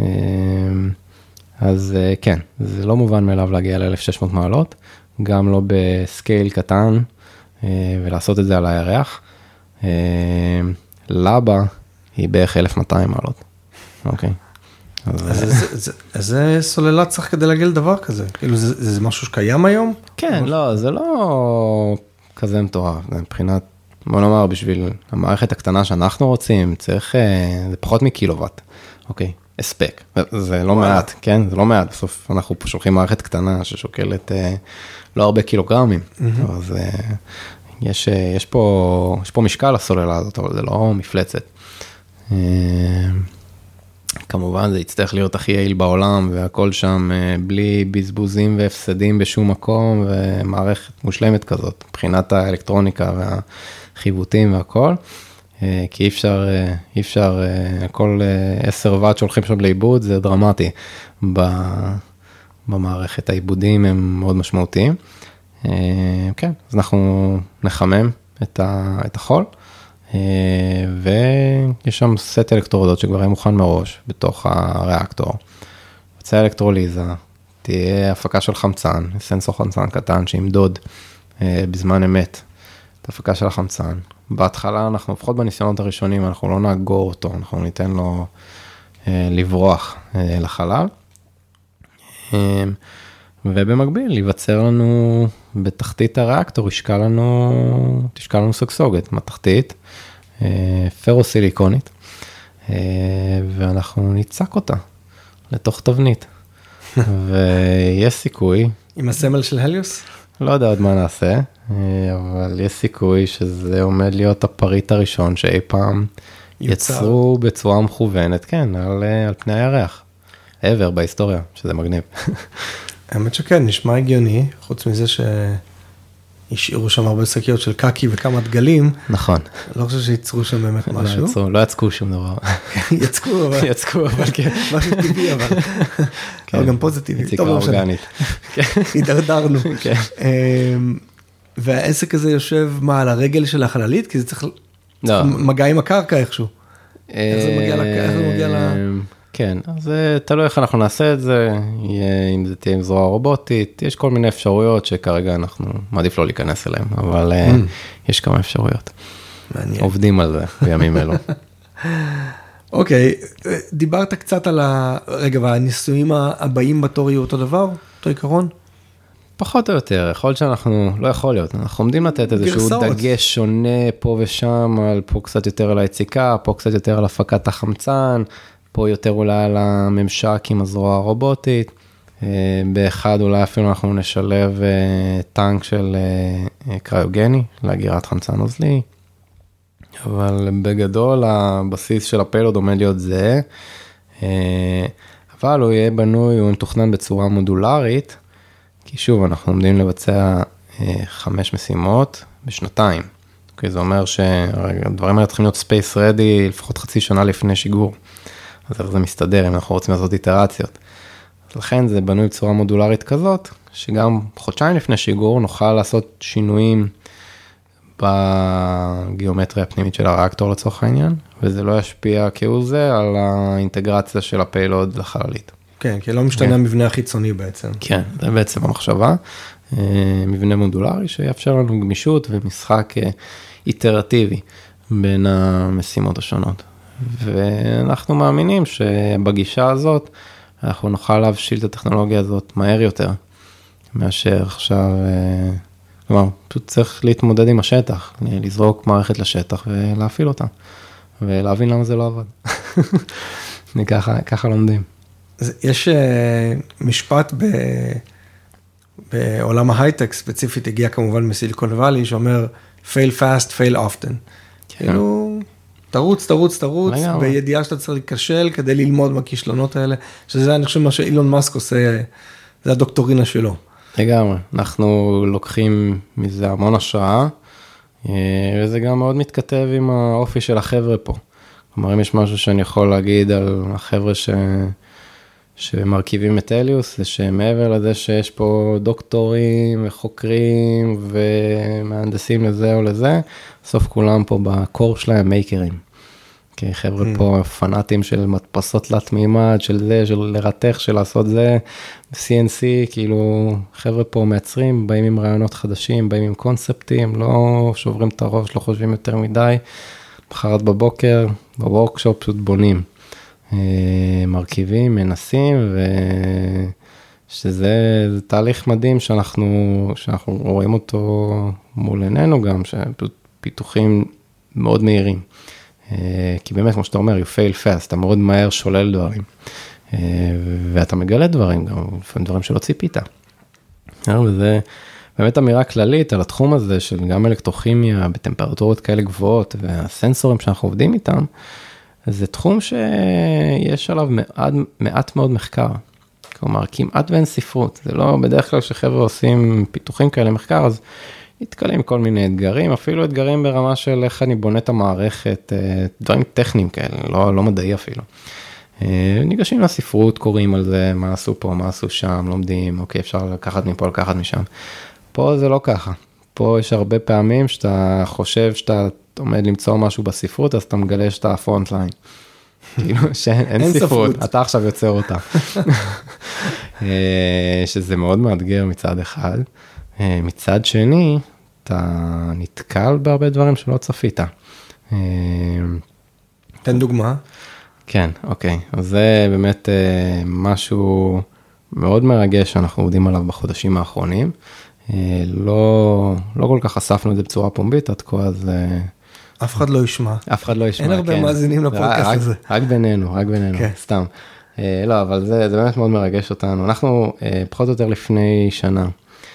אז כן, זה לא מובן מאליו להגיע ל-אלף ושש מאות מעלות, גם לא בסקייל קטן, ולעשות את זה על הירח. לבה היא בערך אלף ומאתיים מעלות. אוקיי. אז איזה סוללה צריך כדי להגיע לדבר כזה? כאילו זה משהו שקיים היום? כן, לא, זה לא כזה מטורף. מבחינת, בוא נאמר, בשביל המערכת הקטנה שאנחנו רוצים, צריך, זה פחות מקילוואט. אוקיי, הספק. זה לא מעט, כן? זה לא מעט. בסוף אנחנו פה שולחים מערכת קטנה ששוקלת לא הרבה קילוגרמים. אז יש, יש פה, יש פה משקל לסוללה הזאת, אבל זה לא מפלצת. כמובן זה יצטרך להיות הכי יעיל בעולם, והכל שם בלי בזבוזים והפסדים בשום מקום, ומערכת מושלמת כזאת, מבחינת האלקטרוניקה והחיווטים והכל, כי אי אפשר, אי אפשר, כל עשר וואט שהולכים שם לאיבוד, זה דרמטי במערכת, העיבודים הם מאוד משמעותיים. כן, אז אנחנו נחמם את החול, ויש שם סט אלקטרודות שכבר היה מוכן מראש בתוך הריאקטור. יוצא אלקטרוליזה, תהיה הפקה של חמצן, סנסור חמצן קטן שימדוד בזמן אמת את הפקה של החמצן. בהתחלה אנחנו, לפחות בניסיונות הראשונים, אנחנו לא נאגור אותו, אנחנו ניתן לו לברוח לחלל. ובמקביל, ייווצר לנו בתחתית הריאקטור, ישקע לנו, תשקע לנו סגסוגת, מתחתית, פרוסיליקונית, ואנחנו ניצק אותה לתוך תבנית. ויש סיכוי. עם הסמל של הליוס? לא יודע עוד מה נעשה, אבל יש סיכוי שזה עומד להיות הפריט הראשון שאי פעם יצרו בצורה מכוונת, כן, על, על פני הירח. ever בהיסטוריה, שזה מגניב. האמת שכן, נשמע הגיוני, חוץ מזה שהשאירו שם הרבה שקיות של קקי וכמה דגלים. נכון. לא חושב שיצרו שם באמת משהו. לא יצקו שום דבר. יצקו, אבל. יצקו, אבל כן. משהו טבעי, אבל. אבל גם פוזיטיבי. יציקה אורגנית. התדרדרנו. והעסק הזה יושב מה, על הרגל של החללית? כי זה צריך מגע עם הקרקע איכשהו. איך זה מגיע ל... כן, אז תלוי איך אנחנו נעשה את זה, אם זה תהיה עם זרוע רובוטית, יש כל מיני אפשרויות שכרגע אנחנו מעדיף לא להיכנס אליהם, אבל יש כמה אפשרויות. מעניין. עובדים על זה בימים אלו. אוקיי, דיברת קצת על ה... רגע, והניסויים הבאים בתור יהיו אותו דבר, אותו עיקרון? פחות או יותר, יכול להיות שאנחנו, לא יכול להיות, אנחנו עומדים לתת איזשהו דגש שונה פה ושם, על פה קצת יותר על היציקה, פה קצת יותר על הפקת החמצן, פה יותר אולי על הממשק עם הזרוע הרובוטית, באחד אולי אפילו אנחנו נשלב טנק של קריוגני, להגירת חמצן נוזלי, אבל בגדול הבסיס של הפיילוד עומד להיות זה, אבל הוא יהיה בנוי, הוא מתוכנן בצורה מודולרית, כי שוב, אנחנו עומדים לבצע חמש משימות בשנתיים. אוקיי, זה אומר שהדברים האלה צריכים להיות space ready לפחות חצי שנה לפני שיגור. אז איך זה מסתדר אם אנחנו רוצים לעשות איטרציות. אז לכן זה בנוי בצורה מודולרית כזאת, שגם חודשיים לפני שיגור נוכל לעשות שינויים בגיאומטריה הפנימית של הריאקטור לצורך העניין, וזה לא ישפיע כהוא זה על האינטגרציה של הפיילוד לחללית. כן, כי לא משתנה המבנה החיצוני בעצם. כן, זה בעצם המחשבה. מבנה מודולרי שיאפשר לנו גמישות ומשחק איטרטיבי בין המשימות השונות. ואנחנו מאמינים שבגישה הזאת אנחנו נוכל להבשיל את הטכנולוגיה הזאת מהר יותר, מאשר עכשיו, כלומר, פשוט צריך להתמודד עם השטח, לזרוק מערכת לשטח ולהפעיל אותה, ולהבין למה זה לא עבד. ככה, ככה לומדים. יש משפט ב... בעולם ההייטק ספציפית, הגיע כמובן מסיליקון ואלי, שאומר, fail fast, fail often. כאילו, תרוץ, תרוץ, תרוץ, בידיעה שאתה צריך להיכשל, כדי ללמוד מהכישלונות האלה, שזה אני חושב מה שאילון מאסק עושה, זה הדוקטורינה שלו. לגמרי, אנחנו לוקחים מזה המון השראה, וזה גם מאוד מתכתב עם האופי של החבר'ה פה. כלומר, אם יש משהו שאני יכול להגיד על החבר'ה ש... שמרכיבים את אליוס, זה שמעבר לזה שיש פה דוקטורים וחוקרים ומהנדסים לזה או לזה, בסוף כולם פה בקור שלהם מייקרים. כי חבר'ה פה פנאטים של מדפסות תלת מימד, של זה, של לרתך, של לעשות זה, סי אן סי, כאילו חבר'ה פה מייצרים, באים עם רעיונות חדשים, באים עם קונספטים, לא שוברים את הראש, לא חושבים יותר מדי, בחרת בבוקר, בוורקשופ פשוט בונים. מרכיבים, מנסים, ושזה תהליך מדהים שאנחנו, שאנחנו רואים אותו מול עינינו גם, שפיתוחים מאוד מהירים. כי באמת, כמו שאתה אומר, you fail fast, אתה מאוד מהר שולל דברים. ואתה מגלה דברים, גם לפעמים דברים שלא ציפית. וזה באמת אמירה כללית על התחום הזה, של גם אלקטרוכימיה, בטמפרטורות כאלה גבוהות, והסנסורים שאנחנו עובדים איתם, זה תחום שיש עליו מעט, מעט מאוד מחקר. כלומר, כמעט ואין ספרות. זה לא בדרך כלל שחבר'ה עושים פיתוחים כאלה מחקר, אז נתקלים כל מיני אתגרים, אפילו אתגרים ברמה של איך אני בונה את המערכת, דברים טכניים כאלה, לא, לא מדעי אפילו. ניגשים לספרות, קוראים על זה, מה עשו פה, מה עשו שם, לומדים, אוקיי, אפשר לקחת מפה, לקחת משם. פה זה לא ככה. פה יש הרבה פעמים שאתה חושב שאתה עומד למצוא משהו בספרות, אז אתה מגלה שאתה הפרונט ליין. כאילו שאין ספרות, אתה עכשיו יוצר אותה. שזה מאוד מאתגר מצד אחד. מצד שני, אתה נתקל בהרבה דברים שלא צפית. תן דוגמה. כן, אוקיי. אז זה באמת משהו מאוד מרגש שאנחנו עובדים עליו בחודשים האחרונים. לא, לא כל כך חשפנו את זה בצורה פומבית, עד כה אז... אף אחד לא ישמע. אף אחד לא ישמע, אין הרבה כן. מאזינים לפודקאסט הזה. רק בינינו, רק בינינו, כן. סתם. לא, אבל זה, זה באמת מאוד מרגש אותנו. אנחנו פחות או יותר לפני שנה,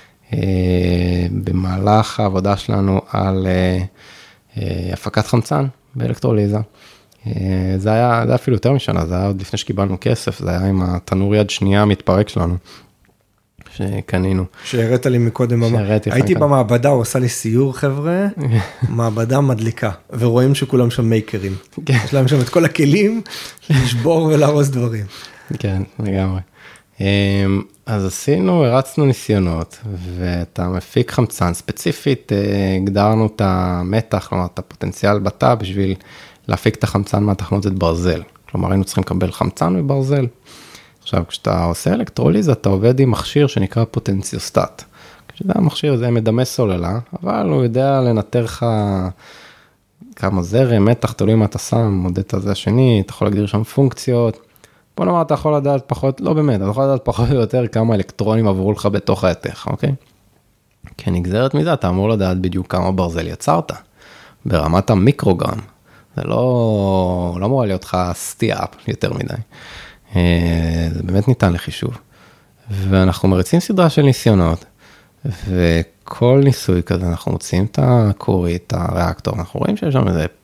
במהלך העבודה שלנו על הפקת חמצן באלקטרוליזה. זה היה, זה היה אפילו יותר משנה, זה היה עוד לפני שקיבלנו כסף, זה היה עם התנור יד שנייה המתפרק שלנו. שקנינו. שהראית לי מקודם, הייתי במעבדה, הוא עושה לי סיור חבר'ה, מעבדה מדליקה, ורואים שכולם שם מייקרים. יש להם שם את כל הכלים, לשבור ולהרוס דברים. כן, לגמרי. אז עשינו, הרצנו ניסיונות, ואתה מפיק חמצן, ספציפית הגדרנו את המתח, כלומר את הפוטנציאל בתא, בשביל להפיק את החמצן מהתחמוצת ברזל. כלומר, היינו צריכים לקבל חמצן וברזל. עכשיו, כשאתה עושה אלקטרוליזה, אתה עובד עם מכשיר שנקרא פוטנציוסטט. כשזה המכשיר הזה מדמה סוללה, אבל הוא יודע לנטר לך כמה זרם, מתח, תלוי מה אתה שם, מודד את הזה השני, אתה יכול להגדיר שם פונקציות. בוא נאמר, אתה יכול לדעת פחות, לא באמת, אתה יכול לדעת פחות או יותר כמה אלקטרונים עברו לך בתוך ההתך, אוקיי? כי נגזרת מזה, אתה אמור לדעת בדיוק כמה ברזל יצרת, ברמת המיקרוגרם. זה לא, לא אמורה להיות לך סטייה יותר מדי. זה באמת ניתן לחישוב. ואנחנו מריצים סדרה של ניסיונות, וכל ניסוי כזה, אנחנו מוצאים את הקורית, את הריאקטור, אנחנו רואים שיש שם איזה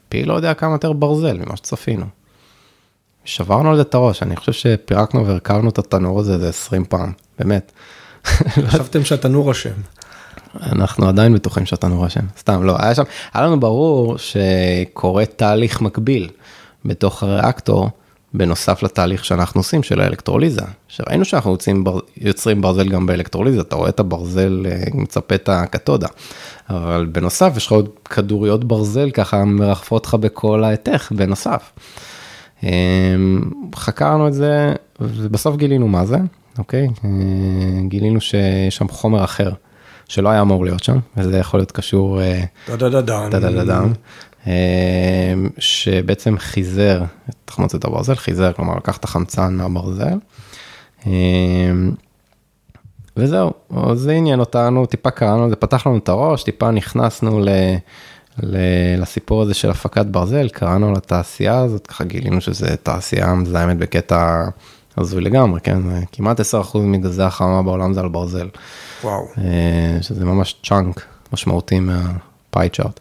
פי לא יודע כמה יותר ברזל ממה שצפינו. שברנו על זה את הראש, אני חושב שפירקנו והרכבנו את התנור הזה איזה עשרים פעם, באמת. חשבתם שהתנור אשם. אנחנו עדיין בטוחים שהתנור אשם, סתם, לא, היה שם, היה לנו ברור שקורה תהליך מקביל בתוך הריאקטור, בנוסף לתהליך שאנחנו עושים של האלקטרוליזה, שראינו שאנחנו יוצאים, יוצרים ברזל גם באלקטרוליזה, אתה רואה את הברזל, מצפה את הקתודה, אבל בנוסף יש לך עוד כדוריות ברזל, ככה מרחפות לך בכל ההתך, בנוסף. חקרנו את זה, ובסוף גילינו מה זה, אוקיי? גילינו שיש שם חומר אחר, שלא היה אמור להיות שם, וזה יכול להיות קשור... דדדדן. שבעצם חיזר את תחמוצת הברזל, חיזר, כלומר, לקח את החמצן מהברזל. וזהו, זה עניין אותנו, טיפה קראנו, זה פתח לנו את הראש, טיפה נכנסנו ל... לסיפור הזה של הפקת ברזל, קראנו לתעשייה הזאת, ככה גילינו שזה תעשייה מזהמת בקטע הזוי לגמרי, כן? כמעט עשרה אחוז מגזי החממה בעולם זה על ברזל. וואו. שזה ממש צ'אנק משמעותי מהפאי צ'ארט.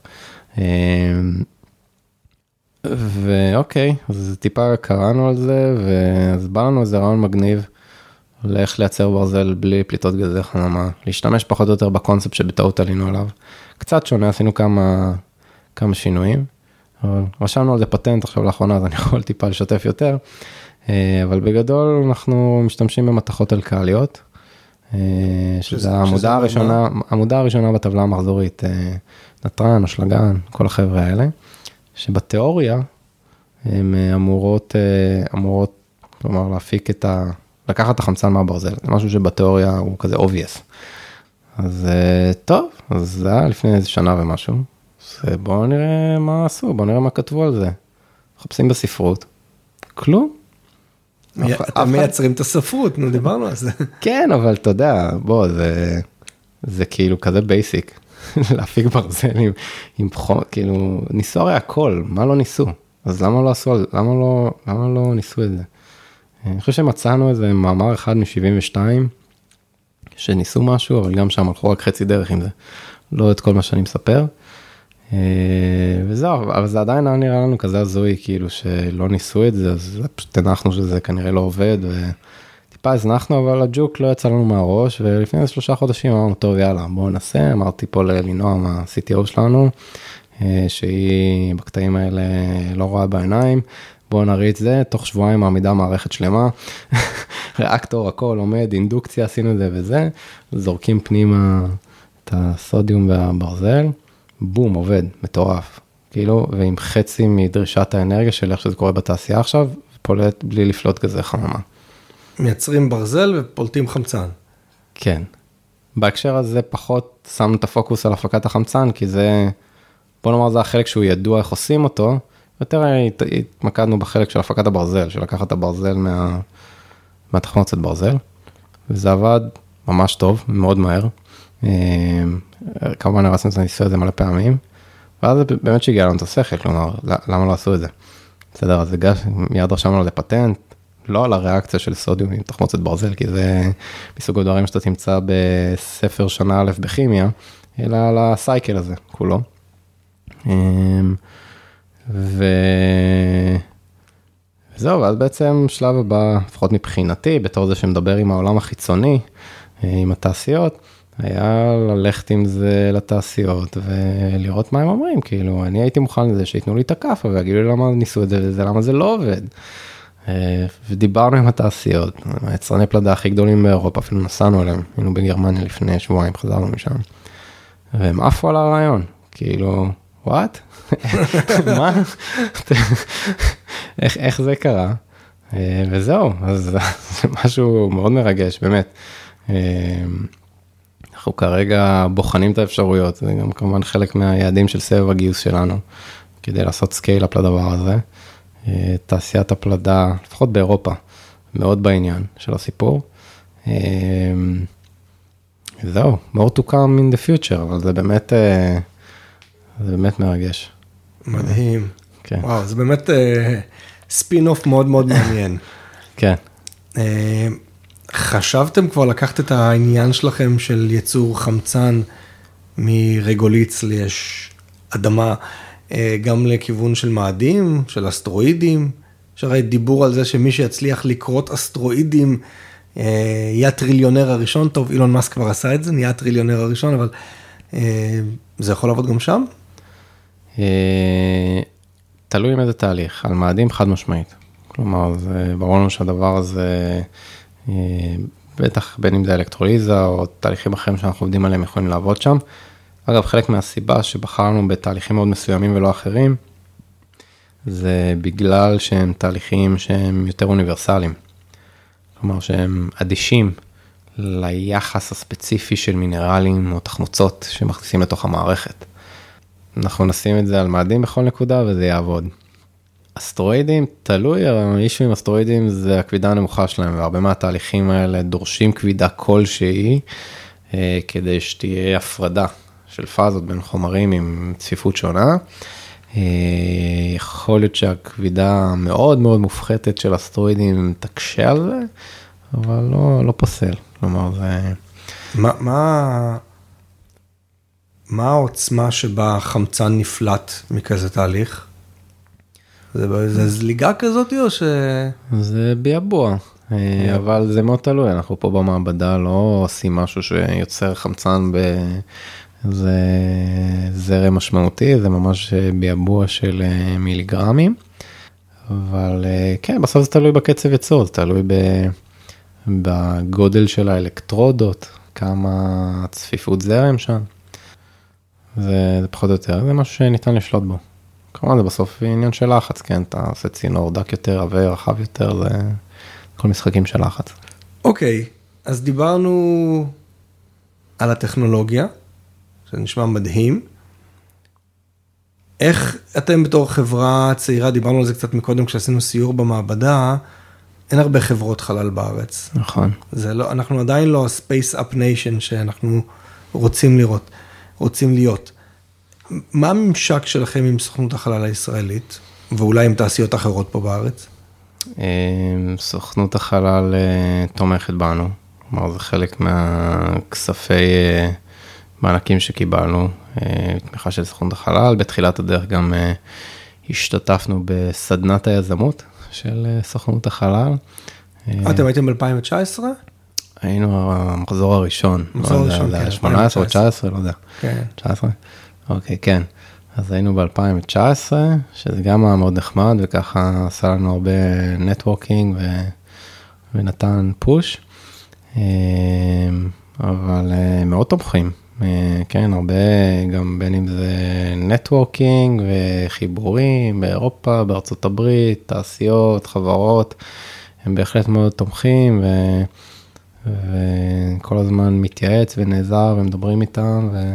ואוקיי, אז טיפה קראנו על זה, ואז בא לנו איזה רעיון מגניב, לאיך לייצר ברזל בלי פליטות גזי חממה, להשתמש פחות או יותר בקונספט שבטעות עלינו עליו. קצת שונה, עשינו כמה, כמה שינויים, אבל רשמנו על זה פטנט עכשיו לאחרונה, אז אני יכול טיפה לשתף יותר, אבל בגדול אנחנו משתמשים במתכות אלקליות, שזה העמודה הראשונה, העמודה הראשונה בטבלה המחזורית, נטרן, אשלגן, כל החבר'ה האלה, שבתיאוריה הן אמורות, אמורות, כלומר, להפיק את ה... לקחת את החמצן מהברזל, זה משהו שבתיאוריה הוא כזה obvious. אז טוב, אז זה היה לפני איזה שנה ומשהו, אז בואו נראה מה עשו, בואו נראה מה כתבו על זה. מחפשים בספרות, כלום. אתם מייצרים את הספרות, נו, דיברנו על זה. כן, אבל אתה יודע, בוא, זה, זה כאילו כזה בייסיק, להפיק ברזל עם פחות, כאילו, ניסו הרי הכל, מה לא ניסו? אז למה לא עשו, למה לא, למה לא ניסו את זה? אני חושב שמצאנו איזה מאמר אחד מ-שבעים ושתיים, שניסו משהו, אבל גם שם הלכו רק חצי דרך עם זה. לא את כל מה שאני מספר. וזהו, אבל זה עדיין היה נראה לנו כזה הזוי, כאילו שלא ניסו את זה, אז פשוט הנחנו שזה כנראה לא עובד, וטיפה הזנחנו, אבל הג'וק לא יצא לנו מהראש, ולפני איזה שלושה חודשים אמרנו, טוב יאללה, בואו נעשה, אמרתי פה ללינועם, ה-סי טי או שלנו, שהיא בקטעים האלה לא רואה בעיניים, בואו נריץ זה, תוך שבועיים מעמידה מערכת שלמה, ריאקטור, הכל עומד, אינדוקציה, עשינו את זה וזה, זורקים פנימה את הסודיום והברזל, בום, עובד, מטורף, כאילו, ועם חצי מדרישת האנרגיה של איך שזה קורה בתעשייה עכשיו, פולט בלי לפלוט גזי חממה. מייצרים ברזל ופולטים חמצן. כן. בהקשר הזה פחות שמנו את הפוקוס על הפקת החמצן, כי זה, בוא נאמר, זה החלק שהוא ידוע איך עושים אותו, יותר התמקדנו בחלק של הפקת הברזל, של לקחת את הברזל מה, מהתחמוצת ברזל, וזה עבד ממש טוב, מאוד מהר. כמובן הרסנו את הניסוי הזה מלא פעמים, ואז באמת שהגיע לנו את השכל, כלומר, למה לא עשו את זה? בסדר, אז מיד רשמנו לזה פטנט, לא על הריאקציה של סודיום עם תחמוצת ברזל, כי זה מסוג הדברים שאתה תמצא בספר שנה א' בכימיה, אלא על הסייקל הזה, כולו. ו... וזהו, ואז בעצם שלב הבא, לפחות מבחינתי, בתור זה שמדבר עם העולם החיצוני, עם התעשיות, היה ללכת עם זה לתעשיות ולראות מה הם אומרים, כאילו, אני הייתי מוכן לזה שיתנו לי את הכאפה ויגידו לי למה ניסו את זה וזה, למה זה לא עובד. ודיברנו עם התעשיות, היצרני פלדה הכי גדולים באירופה, אפילו נסענו אליהם, היינו בגרמניה לפני שבועיים, חזרנו משם, והם עפו על הרעיון, כאילו, וואט? מה? איך, איך זה קרה? וזהו, אז זה משהו מאוד מרגש, באמת. אנחנו כרגע בוחנים את האפשרויות, זה גם כמובן חלק מהיעדים של סבב הגיוס שלנו, כדי לעשות סקייל-אפ לדבר הזה. תעשיית הפלדה, לפחות באירופה, מאוד בעניין של הסיפור. זהו, more to come in the future, אבל זה באמת, זה באמת מרגש. מדהים. כן. וואו, זה באמת ספין-אוף מאוד מאוד מעניין. כן. חשבתם כבר לקחת את העניין שלכם של יצור חמצן מרגוליץ, יש אדמה, גם לכיוון של מאדים, של אסטרואידים, שראי דיבור על זה שמי שיצליח לקרות אסטרואידים, יהיה הטריליונר הראשון, טוב, אילון מאסק כבר עשה את זה, נהיה הטריליונר הראשון, אבל זה יכול לעבוד גם שם? תלוי עם איזה תהליך, על מאדים חד משמעית. כלומר, זה ברור לנו שהדבר הזה, בטח בין אם זה אלקטרוליזה או תהליכים אחרים שאנחנו עובדים עליהם יכולים לעבוד שם. אגב, חלק מהסיבה שבחרנו בתהליכים מאוד מסוימים ולא אחרים, זה בגלל שהם תהליכים שהם יותר אוניברסליים. כלומר, שהם אדישים ליחס הספציפי של מינרלים או תחמוצות שמכניסים לתוך המערכת. אנחנו נשים את זה על מאדים בכל נקודה וזה יעבוד. אסטרואידים, תלוי, האישו עם אסטרואידים זה הכבידה הנמוכה שלהם, והרבה מהתהליכים האלה דורשים כבידה כלשהי, אה, כדי שתהיה הפרדה של פאזות בין חומרים עם צפיפות שונה. אה, יכול להיות שהכבידה מאוד מאוד מופחתת של אסטרואידים תקשה על זה, אבל לא, לא פוסל. כלומר, זה... מה, מה, מה העוצמה שבה חמצן נפלט מכזה תהליך? זה, זה זליגה כזאת או ש... זה ביבוע, אבל זה מאוד תלוי, אנחנו פה במעבדה לא עושים משהו שיוצר חמצן באיזה זרם משמעותי, זה ממש ביבוע של מיליגרמים, אבל כן, בסוף זה תלוי בקצב ייצור, זה תלוי בגודל של האלקטרודות, כמה צפיפות זרם שם, זה, זה פחות או יותר, זה משהו שניתן לשלוט בו. כמובן זה בסוף עניין של לחץ, כן, אתה עושה צינור דק יותר, עבה רחב יותר, זה כל משחקים של לחץ. אוקיי, אז דיברנו על הטכנולוגיה, שנשמע מדהים. איך אתם בתור חברה צעירה, דיברנו על זה קצת מקודם כשעשינו סיור במעבדה, אין הרבה חברות חלל בארץ. נכון. זה לא, אנחנו עדיין לא Space Up Nation שאנחנו רוצים לראות, רוצים להיות. מה הממשק שלכם עם סוכנות החלל הישראלית, ואולי עם תעשיות אחרות פה בארץ? סוכנות החלל תומכת בנו, כלומר זה חלק מהכספי מענקים שקיבלנו, תמיכה של סוכנות החלל, בתחילת הדרך גם השתתפנו בסדנת היזמות של סוכנות החלל. אתם הייתם ב-אלפיים תשע עשרה? היינו המחזור הראשון, מחזור הראשון, כן, שמונה עשרה או תשע עשרה, לא יודע. כן. תשע עשרה? אוקיי, כן. אז היינו ב-אלפיים תשע עשרה, שזה גם היה מאוד נחמד, וככה עשה לנו הרבה נטוורקינג ו... ונתן פוש. אבל מאוד תומכים. כן, הרבה, גם בין אם זה נטוורקינג וחיבורים באירופה, בארצות הברית, תעשיות, חברות, הם בהחלט מאוד תומכים, ו... וכל הזמן מתייעץ ונעזר ומדברים איתם, ו...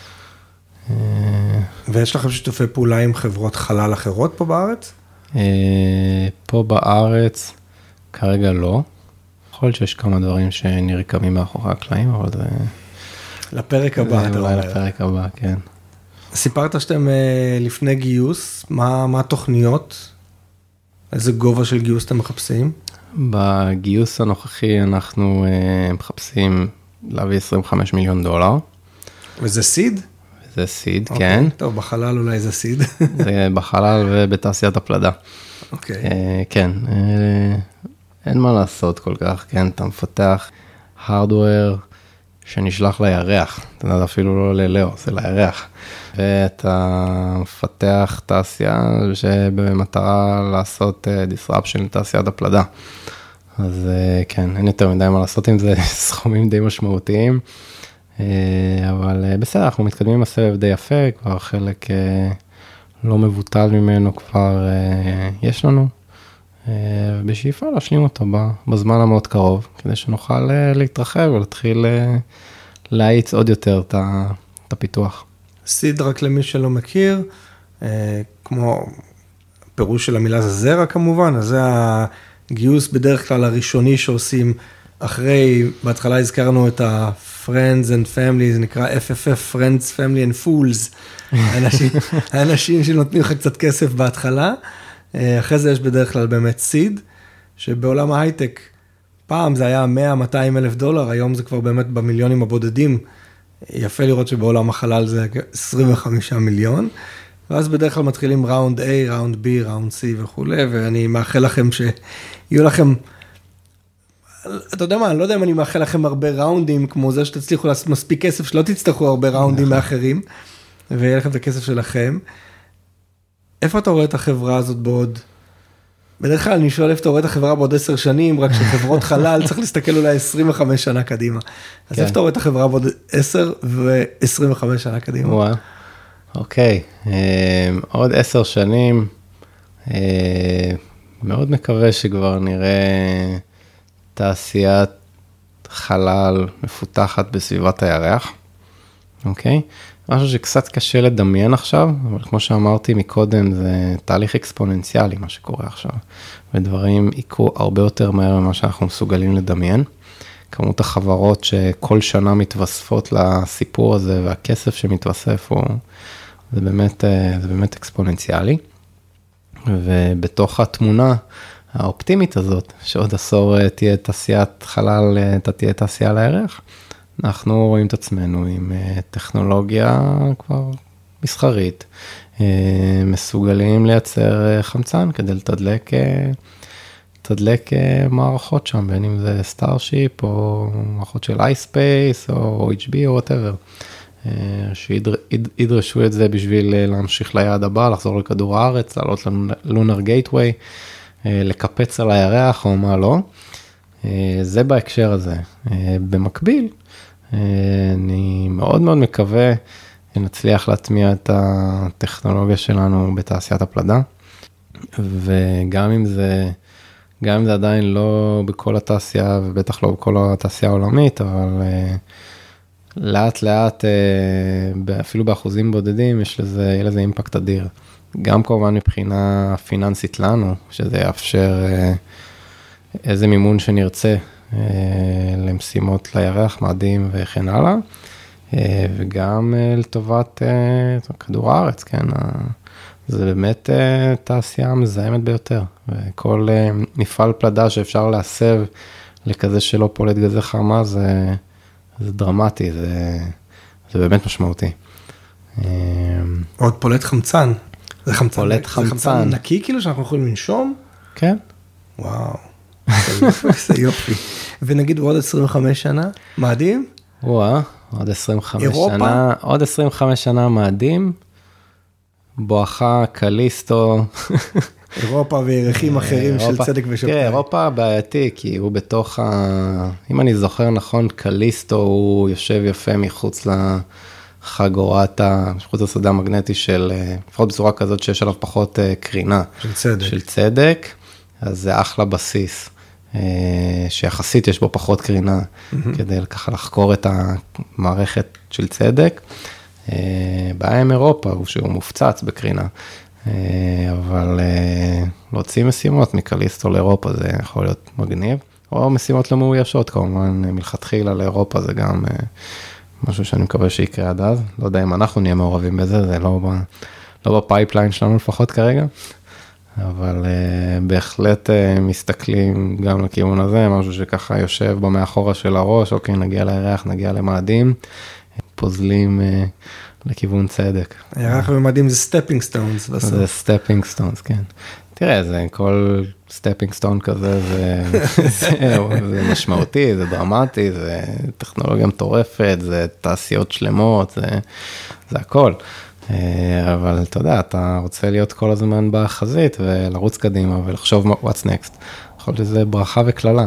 ויש לכם שיתופי פעולה עם חברות חלל אחרות פה בארץ? פה בארץ כרגע לא. יכול להיות שיש כמה דברים שנרקמים מאחורי הקלעים, אבל זה... לפרק הבא. זה אולי לפרק הבא, כן. סיפרת שאתם לפני גיוס, מה, מה התוכניות? איזה גובה של גיוס אתם מחפשים? בגיוס הנוכחי אנחנו מחפשים להביא עשרים וחמישה מיליון דולר. וזה סיד? זה סיד, כן. טוב, בחלל אולי זה סיד. זה בחלל ובתעשיית הפלדה. אוקיי. כן, אין מה לעשות כל כך, כן, אתה מפתח הארדוור שנשלח לירח, אתה יודע, אפילו לא ללאו, זה לירח. ואתה מפתח תעשייה שבמטרה לעשות disruption לתעשיית הפלדה. אז כן, אין יותר מדי מה לעשות עם זה, סכומים די משמעותיים. אבל בסדר, אנחנו מתקדמים עם הסבב די יפה, כבר חלק לא מבוטל ממנו כבר יש לנו, ובשאיפה להשלים אותו בזמן המאוד קרוב, כדי שנוכל להתרחב ולהתחיל להאיץ עוד יותר את הפיתוח. סיד, רק למי שלא מכיר, כמו פירוש של המילה זה זרע כמובן, אז זה הגיוס בדרך כלל הראשוני שעושים אחרי, בהתחלה הזכרנו את ה-Friends and Family, זה נקרא F F F, Friends, Family and Fools, האנשים, האנשים שנותנים לך קצת כסף בהתחלה, אחרי זה יש בדרך כלל באמת סיד, שבעולם ההייטק, פעם זה היה מאה מאתיים אלף דולר, היום זה כבר באמת במיליונים הבודדים, יפה לראות שבעולם החלל זה עשרים וחמישה מיליון, ואז בדרך כלל מתחילים ראונד A, ראונד B, ראונד C וכו', ואני מאחל לכם שיהיו לכם, אתה יודע מה, אני לא יודע אם אני מאחל לכם הרבה ראונדים, כמו זה שתצליחו לעשות מספיק כסף, שלא תצטרכו הרבה ראונדים מאחרים, ויהיה לכם את הכסף שלכם. איפה אתה רואה את החברה הזאת בעוד? בדרך כלל אני שואל איפה אתה רואה את החברה בעוד עשר שנים, רק שחברות חלל צריך להסתכל אולי עשרים וחמש שנה קדימה. אז איפה אתה רואה את החברה בעוד עשר ו-עשרים וחמש שנה קדימה? וואו, אוקיי. עוד עשר שנים, מאוד מקווה שכבר נראה תעשיית חלל מפותחת בסביבת הירח. אוקיי? משהו שקצת קשה לדמיין עכשיו, אבל כמו שאמרתי מקודם, זה תהליך אקספוננציאלי מה שקורה עכשיו, ודברים יקרו הרבה יותר מהר ממה שאנחנו מסוגלים לדמיין. כמות החברות שכל שנה מתווספות לסיפור הזה, והכסף שמתווסף הוא, זה באמת, זה באמת אקספוננציאלי. ובתוך התמונה האופטימית הזאת, שעוד עשור תהיה תעשיית חלל, תהיה תעשייה על הירח, אנחנו רואים את עצמנו עם טכנולוגיה כבר מסחרית, מסוגלים לייצר חמצן כדי לתדלק, לתדלק מערכות שם, בין אם זה סטארשיפ או מערכות של אייספייס או אייץ' בי או whatever, שידרשו את זה בשביל להמשיך ליעד הבא, לחזור לכדור הארץ, לעלות ללונר גייטווי, לקפץ על הירח או מה לא. זה בהקשר הזה. במקביל, אני מאוד מאוד מקווה שנצליח להטמיע את הטכנולוגיה שלנו בתעשיית הפלדה, וגם אם זה, גם אם זה עדיין לא בכל התעשייה, ובטח לא בכל התעשייה העולמית, אבל לאט לאט, אפילו באחוזים בודדים, יש לזה, יהיה לזה אימפקט אדיר. גם כמובן מבחינה פיננסית לנו, שזה יאפשר איזה מימון שנרצה, למשימות לירח, מאדים וכן הלאה, וגם לטובת כדור הארץ, כן, זה באמת תעשייה מזהמת ביותר, וכל מפעל פלדה שאפשר להסב לכזה שלא פולט גזי חממה, זה, זה דרמטי, זה, זה באמת משמעותי. עוד פולט חמצן, זה חמצן, פולט חמצן. זה חמצן נקי כאילו שאנחנו יכולים לנשום? כן. וואו. זה יופי. ונגיד עוד עשרים וחמש שנה, מאדים? וואה, עוד עשרים וחמש אירופה? שנה, עוד עשרים וחמש שנה מאדים, בואכה קליסטו. אירופה וירחים אחרים של צדק ושבתאי. כן, אירופה בעייתי, כי הוא בתוך ה... אם אני זוכר נכון, קליסטו הוא יושב יפה מחוץ לחגורת, מחוץ לשדה המגנטי של, לפחות בצורה כזאת שיש עליו פחות קרינה. של צדק. של צדק. אז זה אחלה בסיס, שיחסית יש בו פחות קרינה, כדי ככה לחקור את המערכת של צדק. בעיה עם אירופה הוא שהוא מופצץ בקרינה, אבל להוציא משימות מקליסטו לאירופה זה יכול להיות מגניב, או משימות לא מאוישות כמובן, מלכתחילה לאירופה זה גם משהו שאני מקווה שיקרה עד אז, לא יודע אם אנחנו נהיה מעורבים בזה, זה לא, לא בפייפליין שלנו לפחות כרגע. אבל uh, בהחלט uh, מסתכלים גם לכיוון הזה, משהו שככה יושב במאחורה של הראש, אוקיי, נגיע לירח, נגיע למאדים, פוזלים uh, לכיוון צדק. הירח ומאדים זה סטפינג סטונס בסוף. זה סטפינג סטונס, כן. תראה, זה כל סטפינג סטון כזה, זה, זה, זה משמעותי, זה דרמטי, זה טכנולוגיה מטורפת, זה תעשיות שלמות, זה, זה הכל. אבל אתה יודע, אתה רוצה להיות כל הזמן בחזית ולרוץ קדימה ולחשוב what's next. יכול להיות שזה ברכה וכללה.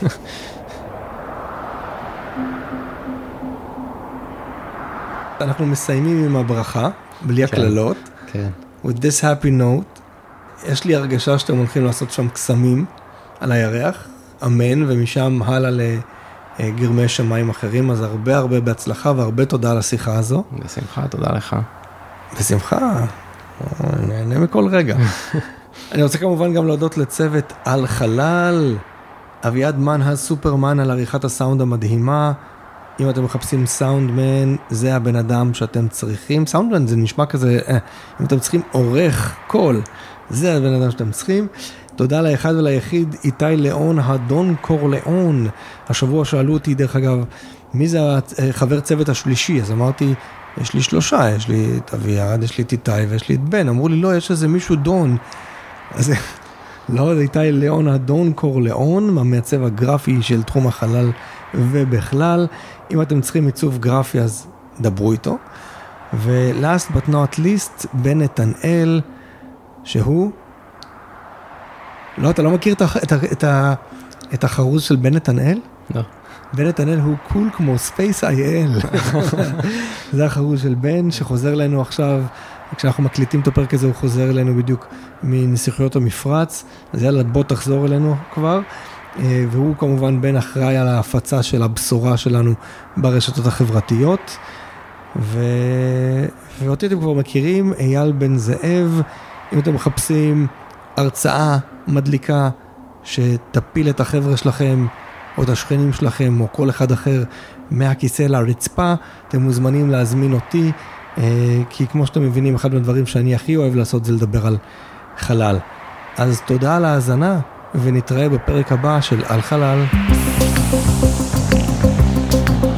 אנחנו מסיימים עם הברכה, בלי הכללות. כן. With this happy note, יש לי הרגשה שאתם הולכים לעשות שם קסמים על הירח, אמן, ומשם הלאה לגרמי שמיים אחרים, אז הרבה הרבה בהצלחה והרבה תודה על השיחה הזו. בשמחה, תודה לך. בשמחה, נהנה מכל רגע. אני רוצה כמובן גם להודות לצוות על חלל, אביעד מנהל סופרמן על עריכת הסאונד המדהימה. אם אתם מחפשים סאונדמן, זה הבן אדם שאתם צריכים. סאונדמן זה נשמע כזה, אה, אם אתם צריכים עורך קול, זה הבן אדם שאתם צריכים. תודה לאחד וליחיד, איתי ליאון, הדון קורליאון. השבוע שאלו אותי דרך אגב, מי זה החבר צוות השלישי? אז אמרתי, יש לי שלושה, יש לי את אביעד, יש לי את איתי ויש לי את בן. אמרו לי, לא, יש איזה מישהו דון. אז לא, זה איתי ליאון, הדון קורליאון, המעצב הגרפי של תחום החלל ובכלל. אם אתם צריכים עיצוב גרפי, אז דברו איתו. ו-last but not least, בן נתנאל, שהוא... לא, אתה לא מכיר את, את, את, את החרוז של בן נתנאל? לא. בן נתנאל הוא קול כמו ספייס איי אל. זה החרוז של בן שחוזר אלינו עכשיו, כשאנחנו מקליטים את הפרק הזה הוא חוזר אלינו בדיוק מנסיכויות המפרץ, אז יאללה בוא תחזור אלינו כבר, והוא כמובן בן אחראי על ההפצה של הבשורה שלנו ברשתות החברתיות, ו... ואותי אתם כבר מכירים, אייל בן זאב, אם אתם מחפשים הרצאה מדליקה שתפיל את החבר'ה שלכם, או את השכנים שלכם, או כל אחד אחר מהכיסא לרצפה, אתם מוזמנים להזמין אותי, כי כמו שאתם מבינים, אחד מהדברים שאני הכי אוהב לעשות זה לדבר על חלל. אז תודה על ההאזנה, ונתראה בפרק הבא של על חלל.